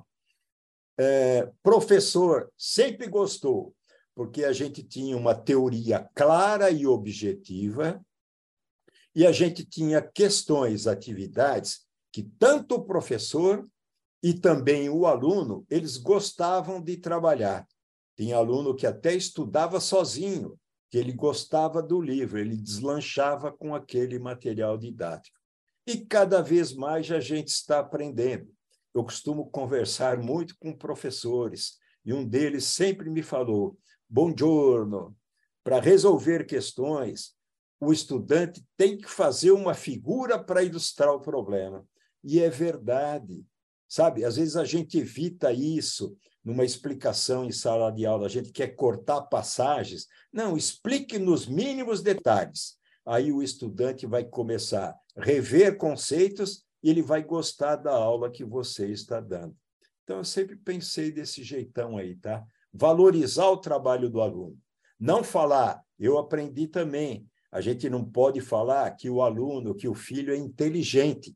Professor sempre gostou, porque a gente tinha uma teoria clara e objetiva, e a gente tinha questões, atividades, que tanto o professor e também o aluno, eles gostavam de trabalhar. Tem aluno que até estudava sozinho, que ele gostava do livro, ele deslanchava com aquele material didático. E cada vez mais a gente está aprendendo. Eu costumo conversar muito com professores, e um deles sempre me falou, Buongiorno, para resolver questões, o estudante tem que fazer uma figura para ilustrar o problema. E é verdade, sabe? Às vezes a gente evita isso numa explicação em sala de aula, a gente quer cortar passagens. Não, explique nos mínimos detalhes. Aí o estudante vai começar a rever conceitos e ele vai gostar da aula que você está dando. Então, eu sempre pensei desse jeitão aí, tá? Valorizar o trabalho do aluno. Não falar, eu aprendi também. A gente não pode falar que o aluno, que o filho é inteligente.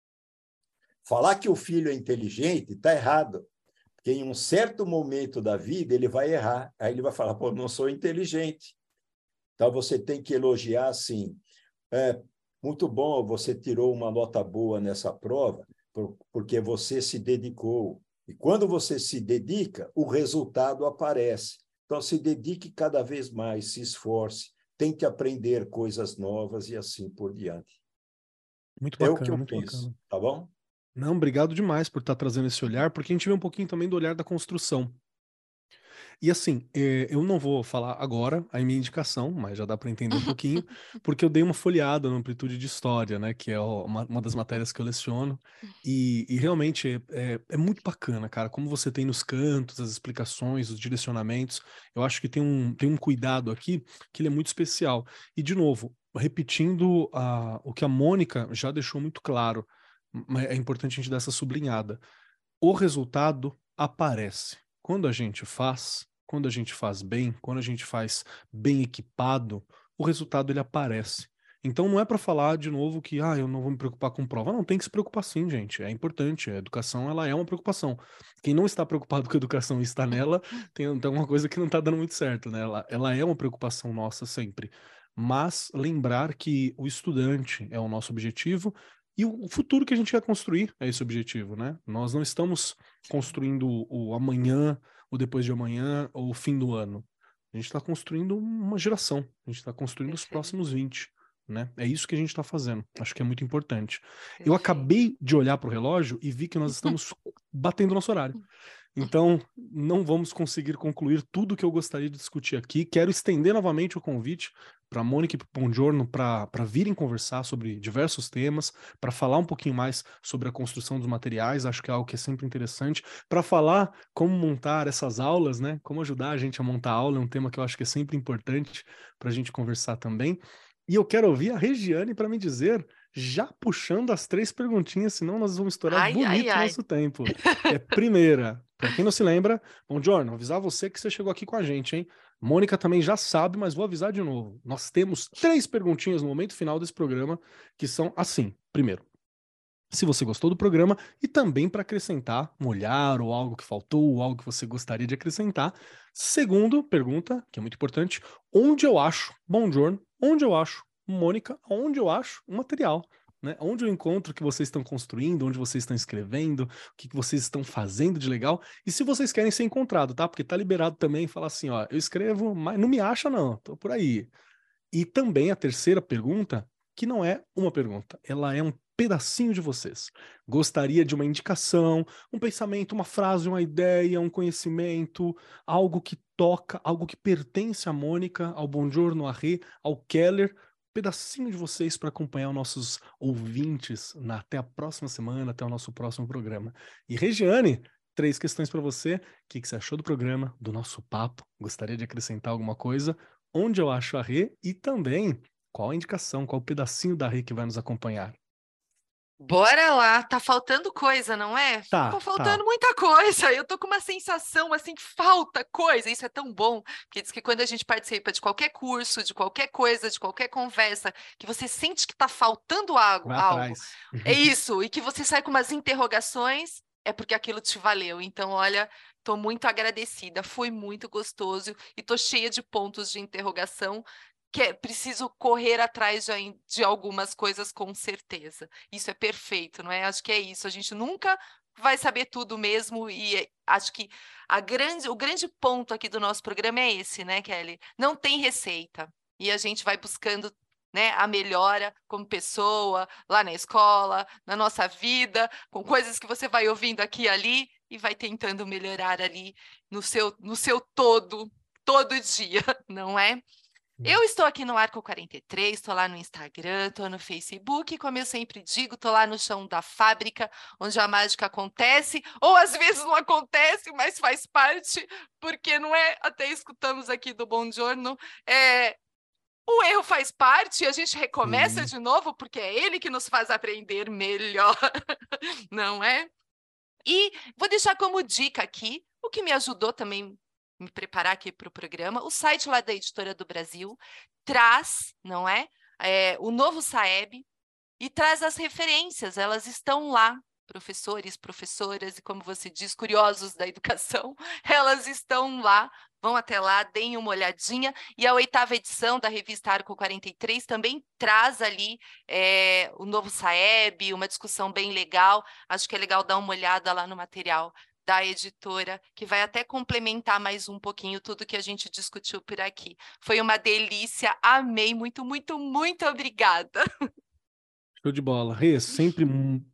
Falar que o filho é inteligente está errado. Porque em um certo momento da vida ele vai errar. Aí ele vai falar, pô, não sou inteligente. Então, você tem que elogiar assim. Muito bom, você tirou uma nota boa nessa prova, porque você se dedicou. E quando você se dedica, o resultado aparece. Então, se dedique cada vez mais, se esforce, tente aprender coisas novas e assim por diante. Muito bacana, o que eu muito penso, bacana. tá bom? Não, obrigado demais por estar trazendo esse olhar, porque a gente vê um pouquinho também do olhar da construção. E assim, eu não vou falar agora a minha indicação, mas já dá para entender um pouquinho, porque eu dei uma folheada no Amplitude de História, né, que é uma das matérias que eu leciono, e realmente é muito bacana, cara, como você tem nos cantos, as explicações, os direcionamentos. Eu acho que tem um cuidado aqui que ele é muito especial. E, de novo, repetindo o que a Mônica já deixou muito claro, mas é importante a gente dar essa sublinhada. O resultado aparece. Quando a gente faz bem, quando a gente faz bem equipado, o resultado ele aparece. Então não é para falar de novo que eu não vou me preocupar com prova. Não, tem que se preocupar sim, gente. É importante. A educação ela é uma preocupação. Quem não está preocupado com a educação e está nela, tem uma coisa que não está dando muito certo, né? Ela é uma preocupação nossa sempre. Mas lembrar que o estudante é o nosso objetivo e o futuro que a gente quer construir é esse objetivo, né? Nós não estamos construindo o amanhã, o depois de amanhã, ou o fim do ano. A gente está construindo uma geração. A gente está construindo os próximos 20, né? É isso que a gente está fazendo. Acho que é muito importante. Eu acabei de olhar para o relógio e vi que nós estamos batendo nosso horário. Então, não vamos conseguir concluir tudo que eu gostaria de discutir aqui. Quero estender novamente o convite para a Mônica e para o Bongiorno para virem conversar sobre diversos temas, para falar um pouquinho mais sobre a construção dos materiais, acho que é algo que é sempre interessante, para falar como montar essas aulas, né? Como ajudar a gente a montar a aula, é um tema que eu acho que é sempre importante para a gente conversar também. E eu quero ouvir a Regiane para me dizer, já puxando as 3 perguntinhas, senão nós vamos estourar bonito o nosso tempo. Primeira, para quem não se lembra, Bongiorno, avisar você que você chegou aqui com a gente, hein? Mônica também já sabe, mas vou avisar de novo. Nós temos 3 perguntinhas no momento final desse programa, que são assim. Primeiro, se você gostou do programa e também para acrescentar, molhar ou algo que faltou, ou algo que você gostaria de acrescentar. Segundo, pergunta, que é muito importante, onde eu acho, Bongiorno, onde eu acho, Mônica, onde eu acho o material? Né? Onde eu encontro o que vocês estão construindo, onde vocês estão escrevendo, o que vocês estão fazendo de legal, e se vocês querem ser encontrado, tá? Porque tá liberado também falar assim, ó, eu escrevo, mas não me acha não, tô por aí. E também a terceira pergunta, que não é uma pergunta, ela é um pedacinho de vocês. Gostaria de uma indicação, um pensamento, uma frase, uma ideia, um conhecimento, algo que toca, algo que pertence à Mônica, ao Bongiorno, à Rê, ao Keller, pedacinho de vocês para acompanhar os nossos ouvintes até a próxima semana, até o nosso próximo programa. E Regiane, 3 questões para você. O que você achou do programa, do nosso papo? Gostaria de acrescentar alguma coisa? Onde eu acho a Rê? E também, qual a indicação, qual o pedacinho da Rê que vai nos acompanhar? Bora lá, tá faltando coisa, não é? Tá faltando muita coisa. Eu tô com uma sensação assim que falta coisa. Isso é tão bom, porque diz que quando a gente participa de qualquer curso, de qualquer coisa, de qualquer conversa, que você sente que tá faltando algo, é isso, e que você sai com umas interrogações, é porque aquilo te valeu. Então, olha, tô muito agradecida, foi muito gostoso e tô cheia de pontos de interrogação que é preciso correr atrás de algumas coisas com certeza. Isso é perfeito, não é? Acho que é isso. A gente nunca vai saber tudo mesmo e acho que o grande ponto aqui do nosso programa é esse, né, Kelly? Não tem receita e a gente vai buscando, né, a melhora como pessoa, lá na escola, na nossa vida, com coisas que você vai ouvindo aqui e ali e vai tentando melhorar ali no seu todo dia, não é? Eu estou aqui no Arco 43, estou lá no Instagram, estou no Facebook, como eu sempre digo, estou lá no chão da fábrica, onde a mágica acontece, ou às vezes não acontece, mas faz parte, porque não é, até escutamos aqui do Bongiorno, o erro faz parte e a gente recomeça de novo, porque é ele que nos faz aprender melhor, não é? E vou deixar como dica aqui, o que me ajudou também me preparar aqui para o programa, o site lá da Editora do Brasil traz, não é, o novo SAEB e traz as referências, elas estão lá, professores, professoras e, como você diz, curiosos da educação, elas estão lá, vão até lá, deem uma olhadinha, e a 8ª edição da revista Arco 43 também traz ali o novo SAEB, uma discussão bem legal, acho que é legal dar uma olhada lá no material da editora, que vai até complementar mais um pouquinho tudo que a gente discutiu por aqui. Foi uma delícia, amei, muito, muito, muito obrigada. Show de bola. Rê, sempre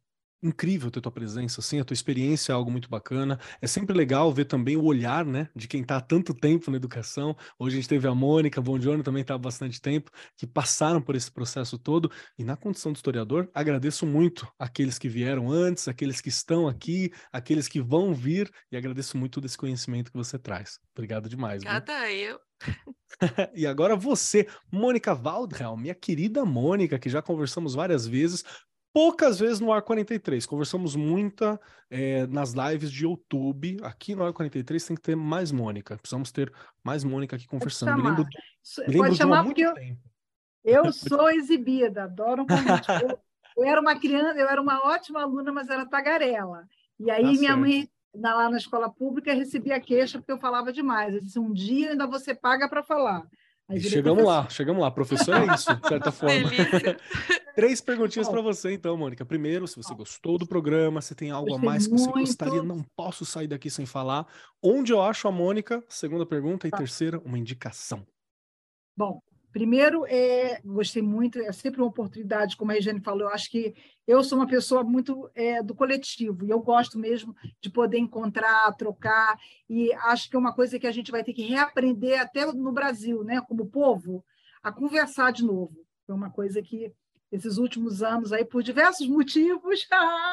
incrível ter tua presença, assim, a tua experiência é algo muito bacana. É sempre legal ver também o olhar, né, de quem está há tanto tempo na educação. Hoje a gente teve a Mônica, Bongiorno também está há bastante tempo, que passaram por esse processo todo. E na condição de historiador, agradeço muito aqueles que vieram antes, aqueles que estão aqui, aqueles que vão vir, e agradeço muito desse conhecimento que você traz. Obrigado demais, viu? Cada eu. E agora você, Mônica Waldhelm, minha querida Mônica, que já conversamos várias vezes, poucas vezes no Ar 43, conversamos muita nas lives de YouTube. Aqui no Ar 43 tem que ter mais Mônica, precisamos ter mais Mônica aqui Pode conversando. chamar. Me Pode lembro de uma há chamar porque muito tempo. eu sou exibida, adoro um convite. Eu era uma criança, eu era uma ótima aluna, mas era tagarela. E aí Tá minha certo. mãe, lá na escola pública, recebia queixa porque eu falava demais. Eu disse, um dia ainda você paga para falar. Aí E virei chegamos professora. lá. Professor é isso, de certa forma. Delícia. 3 perguntinhas para Bom, você, então, Mônica. Primeiro, se você gostou do programa, se tem algo a gostei mais que você gostaria, muito. não posso sair daqui sem falar. Onde eu acho a Mônica? Segunda pergunta. E terceira, uma indicação. Bom, primeiro, gostei muito, é sempre uma oportunidade, como a Regiane falou, eu acho que eu sou uma pessoa muito do coletivo, e eu gosto mesmo de poder encontrar, trocar, e acho que é uma coisa que a gente vai ter que reaprender até no Brasil, né, como povo, a conversar de novo. Foi uma coisa que, esses últimos anos, aí, por diversos motivos,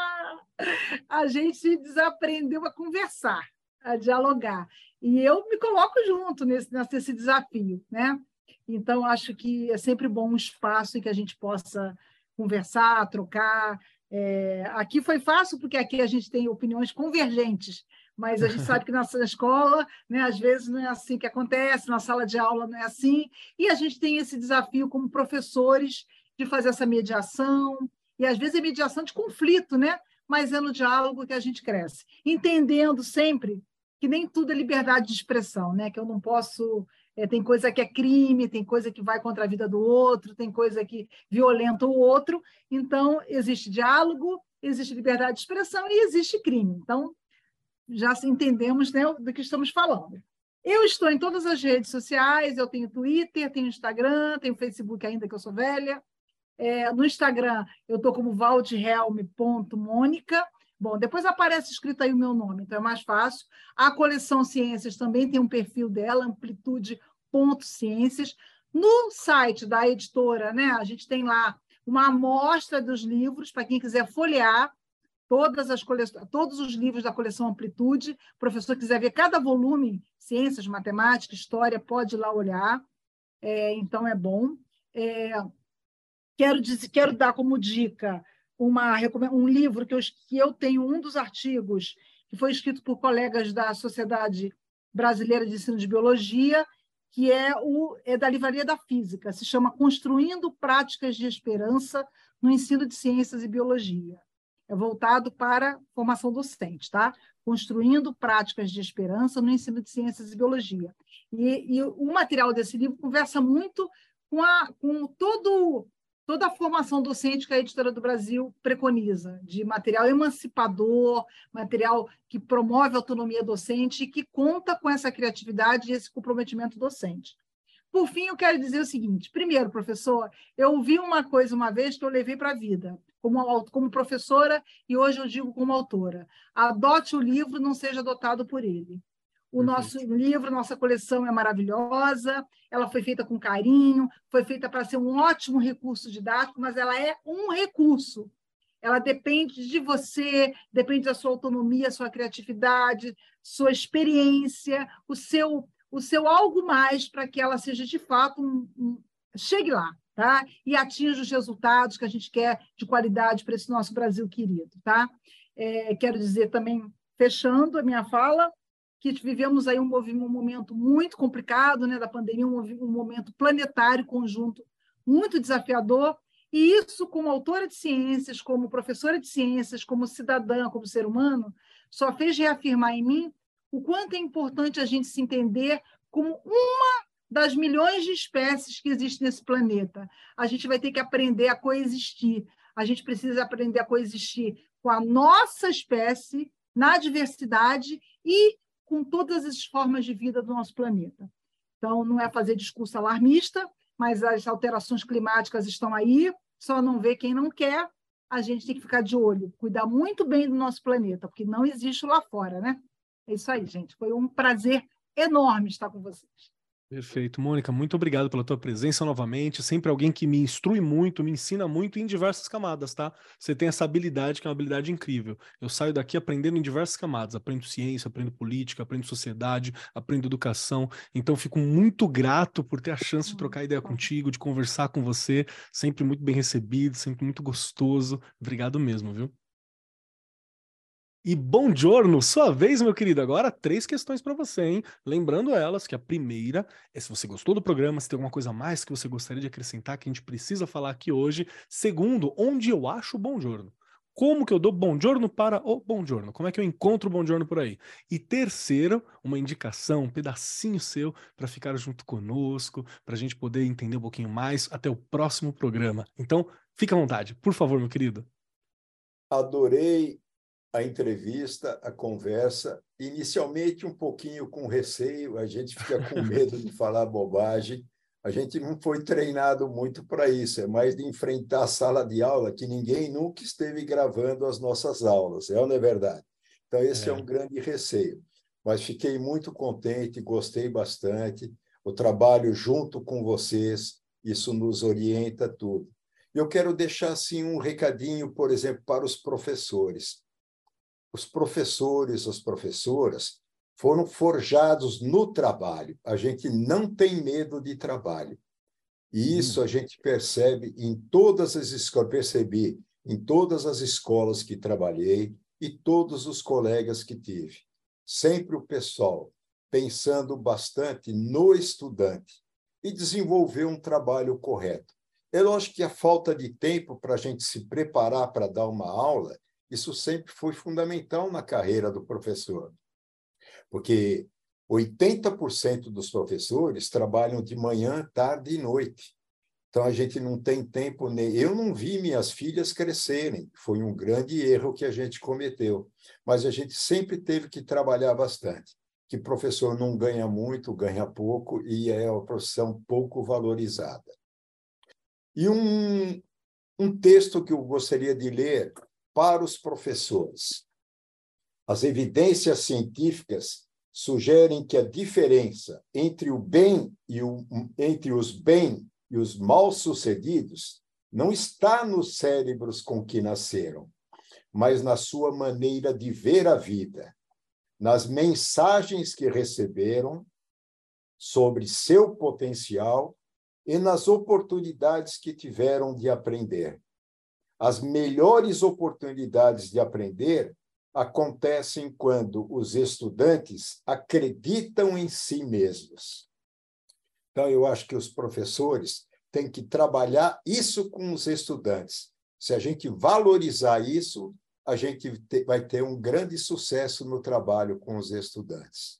a gente desaprendeu a conversar, a dialogar. E eu me coloco junto nesse desafio, né? Então, acho que é sempre bom um espaço em que a gente possa conversar, trocar. Aqui foi fácil, porque aqui a gente tem opiniões convergentes, mas a gente sabe que na escola, né, às vezes, não é assim que acontece, na sala de aula não é assim, e a gente tem esse desafio como professores de fazer essa mediação, e às vezes é mediação de conflito, né? Mas é no diálogo que a gente cresce, entendendo sempre que nem tudo é liberdade de expressão, né? Que eu não posso... tem coisa que é crime, tem coisa que vai contra a vida do outro, tem coisa que violenta o outro. Então, existe diálogo, existe liberdade de expressão e existe crime. Então, já entendemos, né, do que estamos falando. Eu estou em todas as redes sociais, eu tenho Twitter, tenho Instagram, tenho Facebook ainda, que eu sou velha. No Instagram, eu estou como waldhelm.monica. Bom, depois aparece escrito aí o meu nome, então é mais fácil. A Coleção Ciências também tem um perfil dela, amplitude.ciências. No site da editora, né, a gente tem lá uma amostra dos livros, para quem quiser folhear todos os livros da coleção Amplitude. O professor quiser ver cada volume, ciências, matemática, história, pode ir lá olhar. Então, é bom. Quero dar como dica um livro que eu tenho, um dos artigos, que foi escrito por colegas da Sociedade Brasileira de Ensino de Biologia, que é da Livraria da Física, se chama Construindo Práticas de Esperança no Ensino de Ciências e Biologia. É voltado para formação docente, tá? Construindo Práticas de Esperança no Ensino de Ciências e Biologia. E o material desse livro conversa muito com toda a formação docente que a Editora do Brasil preconiza, de material emancipador, material que promove a autonomia docente e que conta com essa criatividade e esse comprometimento docente. Por fim, eu quero dizer o seguinte: primeiro, professor, eu ouvi uma coisa uma vez que eu levei para a vida, como professora, e hoje eu digo como autora: adote o livro, não seja adotado por ele. O nosso livro, nossa coleção é maravilhosa, ela foi feita com carinho, foi feita para ser um ótimo recurso didático, mas ela é um recurso. Ela depende de você, depende da sua autonomia, sua criatividade, sua experiência, o seu algo mais para que ela seja, de fato, chegue lá, tá? E atinja os resultados que a gente quer de qualidade para esse nosso Brasil querido, tá? Quero dizer também, fechando a minha fala, que vivemos aí um momento muito complicado, né, da pandemia, um momento planetário conjunto muito desafiador, e isso, como autora de ciências, como professora de ciências, como cidadã, como ser humano, só fez reafirmar em mim o quanto é importante a gente se entender como uma das milhões de espécies que existem nesse planeta. A gente vai ter que aprender a coexistir, a gente precisa aprender a coexistir com a nossa espécie, na diversidade e com todas as formas de vida do nosso planeta. Então, não é fazer discurso alarmista, mas as alterações climáticas estão aí, só não vê quem não quer. a gente tem que ficar de olho, cuidar muito bem do nosso planeta, porque não existe lá fora, né? É isso aí, gente. Foi um prazer enorme estar com vocês. Perfeito. Mônica, muito obrigado pela tua presença novamente. Sempre alguém que me instrui muito, me ensina muito em diversas camadas, tá? Você tem essa habilidade, que é uma habilidade incrível. Eu saio daqui aprendendo em diversas camadas. Aprendo ciência, aprendo política, aprendo sociedade, aprendo educação. Então, fico muito grato por ter a chance de trocar ideia contigo, de conversar com você. Sempre muito bem recebido, sempre muito gostoso. Obrigado mesmo, viu? E buongiorno, sua vez, meu querido. Agora, 3 questões para você, hein? Lembrando elas que a primeira é se você gostou do programa, se tem alguma coisa a mais que você gostaria de acrescentar que a gente precisa falar aqui hoje. Segundo, onde eu acho o buongiorno? Como que eu dou buongiorno para o buongiorno? Como é que eu encontro o buongiorno por aí? E terceiro, uma indicação, um pedacinho seu para ficar junto conosco, para a gente poder entender um pouquinho mais até o próximo programa. Então, fica à vontade, por favor, meu querido. Adorei a entrevista, a conversa, inicialmente um pouquinho com receio, a gente fica com medo de falar bobagem, a gente não foi treinado muito para isso, é mais de enfrentar a sala de aula, que ninguém nunca esteve gravando as nossas aulas, é ou não é verdade? Então, esse é um grande receio, mas fiquei muito contente, gostei bastante, o trabalho junto com vocês, isso nos orienta tudo. Eu quero deixar, assim, um recadinho, por exemplo, para os professores. Os professores, as professoras foram forjados no trabalho. A gente não tem medo de trabalho. E isso a gente percebe em todas as escolas, percebi em todas as escolas que trabalhei e todos os colegas que tive. Sempre o pessoal pensando bastante no estudante e desenvolver um trabalho correto. É lógico que a falta de tempo para a gente se preparar para dar uma aula, isso sempre foi fundamental na carreira do professor, porque 80% dos professores trabalham de manhã, tarde e noite. Então, a gente não tem tempo. Eu não vi minhas filhas crescerem, foi um grande erro que a gente cometeu, mas a gente sempre teve que trabalhar bastante, que professor não ganha muito, ganha pouco, e é uma profissão pouco valorizada. E um texto que eu gostaria de ler para os professores. As evidências científicas sugerem que a diferença entre entre os bem e os mal-sucedidos não está nos cérebros com que nasceram, mas na sua maneira de ver a vida, nas mensagens que receberam sobre seu potencial e nas oportunidades que tiveram de aprender. As melhores oportunidades de aprender acontecem quando os estudantes acreditam em si mesmos. Então, eu acho que os professores têm que trabalhar isso com os estudantes. Se a gente valorizar isso, a gente vai ter um grande sucesso no trabalho com os estudantes.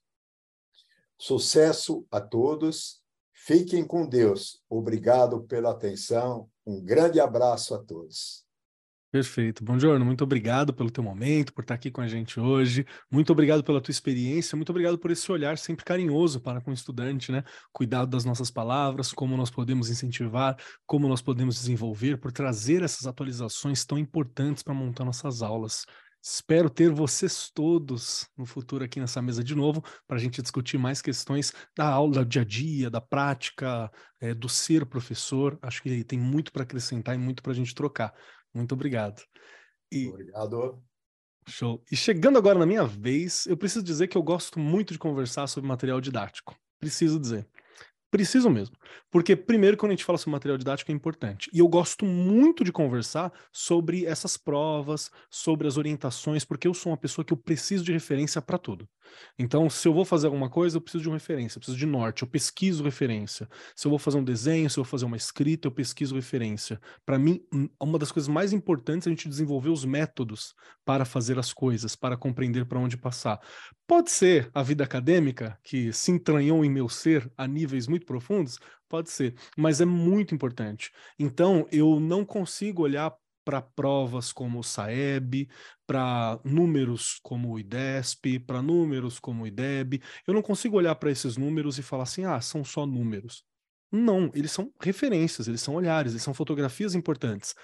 Sucesso a todos. Fiquem com Deus. Obrigado pela atenção. Um grande abraço a todos. Perfeito. Buongiorno, muito obrigado pelo teu momento, por estar aqui com a gente hoje. Muito obrigado pela tua experiência, muito obrigado por esse olhar sempre carinhoso para com o estudante, né? Cuidado das nossas palavras, como nós podemos incentivar, como nós podemos desenvolver, por trazer essas atualizações tão importantes para montar nossas aulas. Espero ter vocês todos no futuro aqui nessa mesa de novo, para a gente discutir mais questões da aula, do dia a dia, da prática, do ser professor. Acho que tem muito para acrescentar e muito para a gente trocar. Muito obrigado. Obrigado. Show. E chegando agora na minha vez, eu preciso dizer que eu gosto muito de conversar sobre material didático. Preciso dizer. Preciso mesmo. Porque, primeiro, quando a gente fala sobre material didático, é importante. E eu gosto muito de conversar sobre essas provas, sobre as orientações, porque eu sou uma pessoa que eu preciso de referência para tudo. Então, se eu vou fazer alguma coisa, eu preciso de uma referência, eu preciso de norte, eu pesquiso referência. Se eu vou fazer um desenho, se eu vou fazer uma escrita, eu pesquiso referência. Para mim, uma das coisas mais importantes é a gente desenvolver os métodos para fazer as coisas, para compreender para onde passar. Pode ser a vida acadêmica, que se entranhou em meu ser a níveis muito profundos? Pode ser, mas é muito importante. Então, eu não consigo olhar para provas como o SAEB, para números como o IDESP, para números como o IDEB. Eu não consigo olhar para esses números e falar assim, são só números. Não, eles são referências, eles são olhares, eles são fotografias importantes.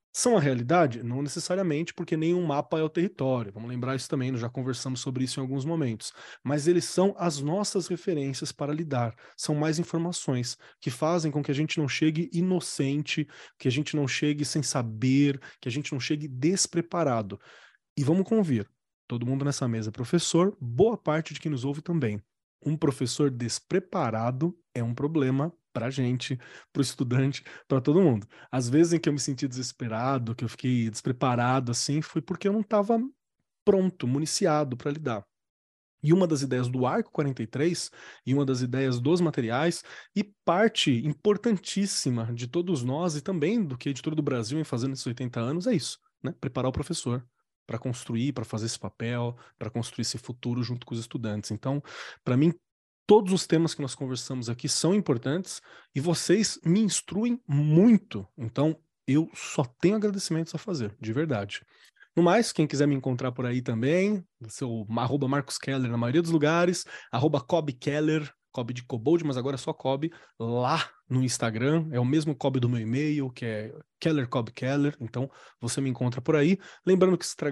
São a realidade? Não necessariamente, porque nenhum mapa é o território. Vamos lembrar isso também, nós já conversamos sobre isso em alguns momentos. Mas eles são as nossas referências para lidar. São mais informações que fazem com que a gente não chegue inocente, que a gente não chegue sem saber, que a gente não chegue despreparado. E vamos convir, todo mundo nessa mesa é professor, boa parte de quem nos ouve também. Um professor despreparado é um problema pra gente, pro estudante, pra todo mundo. Às vezes em que eu me senti desesperado, que eu fiquei despreparado, assim, foi porque eu não estava pronto, municiado para lidar. E uma das ideias do Arco 43, e uma das ideias dos materiais, e parte importantíssima de todos nós, e também do que a Editora do Brasil vem fazendo nesses 80 anos, é isso, né? Preparar o professor para construir, para fazer esse papel, para construir esse futuro junto com os estudantes. Então, para mim, todos os temas que nós conversamos aqui são importantes e vocês me instruem muito. Então, eu só tenho agradecimentos a fazer, de verdade. No mais, quem quiser me encontrar por aí também, seu @MarcosKeller na maioria dos lugares, @CobKeller, Cobb de Cobold, mas agora é só Cobb, lá no Instagram, é o mesmo Cobb do meu e-mail, que é Keller Cobb Keller, então você me encontra por aí. Lembrando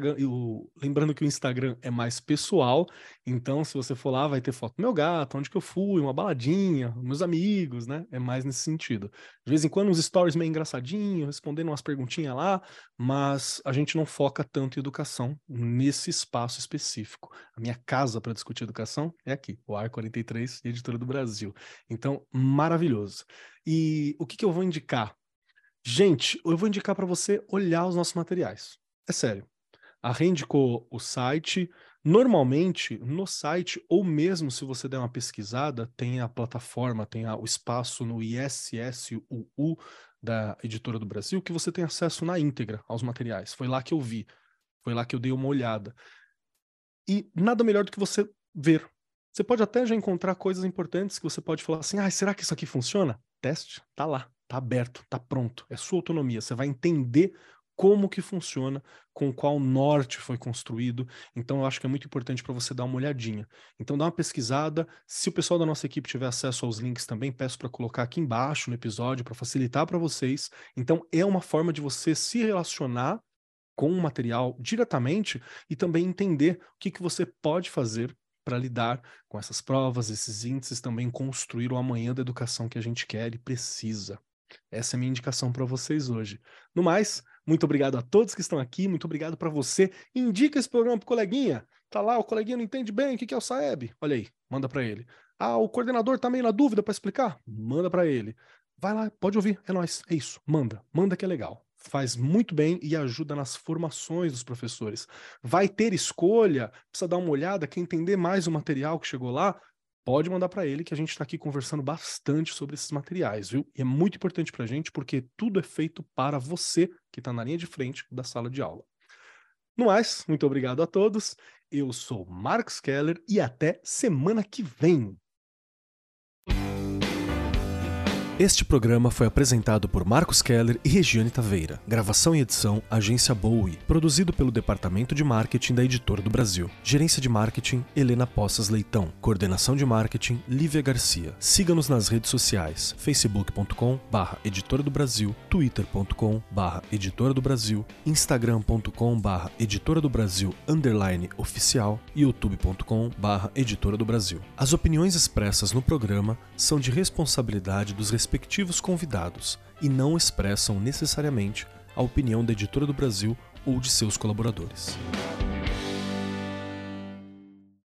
que o Instagram é mais pessoal, então se você for lá vai ter foto do meu gato, onde que eu fui, uma baladinha, meus amigos, né? É mais nesse sentido. De vez em quando uns stories meio engraçadinhos, respondendo umas perguntinhas lá, mas a gente não foca tanto em educação nesse espaço específico. A minha casa para discutir educação é aqui, o Arco 43, Editora do Brasil. Então, maravilhoso. E o que eu vou indicar? Gente, eu vou indicar para você olhar os nossos materiais. É sério. A Rê indicou o site. Normalmente, no site, ou mesmo se você der uma pesquisada, tem a plataforma, tem o espaço no ISSUU da Editora do Brasil, que você tem acesso na íntegra aos materiais. Foi lá que eu vi. Foi lá que eu dei uma olhada. E nada melhor do que você ver. Você pode até já encontrar coisas importantes que você pode falar assim, será que isso aqui funciona? Teste, tá lá, tá aberto, tá pronto. É sua autonomia, você vai entender como que funciona, com qual norte foi construído. Então eu acho que é muito importante para você dar uma olhadinha. Então dá uma pesquisada. Se o pessoal da nossa equipe tiver acesso aos links também, peço para colocar aqui embaixo no episódio para facilitar para vocês. Então é uma forma de você se relacionar com o material diretamente e também entender o que você pode fazer para lidar com essas provas, esses índices, também construir o amanhã da educação que a gente quer e precisa. Essa é a minha indicação para vocês hoje. No mais, muito obrigado a todos que estão aqui, muito obrigado para você. Indica esse programa pro coleguinha. Tá lá, o coleguinha não entende bem o que é o SAEB. Olha aí, manda para ele. O coordenador tá meio na dúvida para explicar? Manda para ele. Vai lá, pode ouvir, é nóis, é isso. Manda que é legal. Faz muito bem e ajuda nas formações dos professores. Vai ter escolha, precisa dar uma olhada, quer entender mais o material que chegou lá, pode mandar para ele que a gente está aqui conversando bastante sobre esses materiais, viu? E é muito importante para a gente porque tudo é feito para você que está na linha de frente da sala de aula. No mais, muito obrigado a todos. Eu sou Marcos Keller e até semana que vem. Este programa foi apresentado por Marcos Keller e Regiane Taveira. Gravação e edição, Agência Bowie. Produzido pelo Departamento de Marketing da Editora do Brasil. Gerência de Marketing, Helena Poças Leitão. Coordenação de Marketing, Lívia Garcia. Siga-nos nas redes sociais, facebook.com/Editora do Brasil, twitter.com/Editora do Brasil, instagram.com/Editora do Brasil _oficial e youtube.com/Editora do Brasil. As opiniões expressas no programa são de responsabilidade dos respectivos convidados e não expressam necessariamente a opinião da Editora do Brasil ou de seus colaboradores.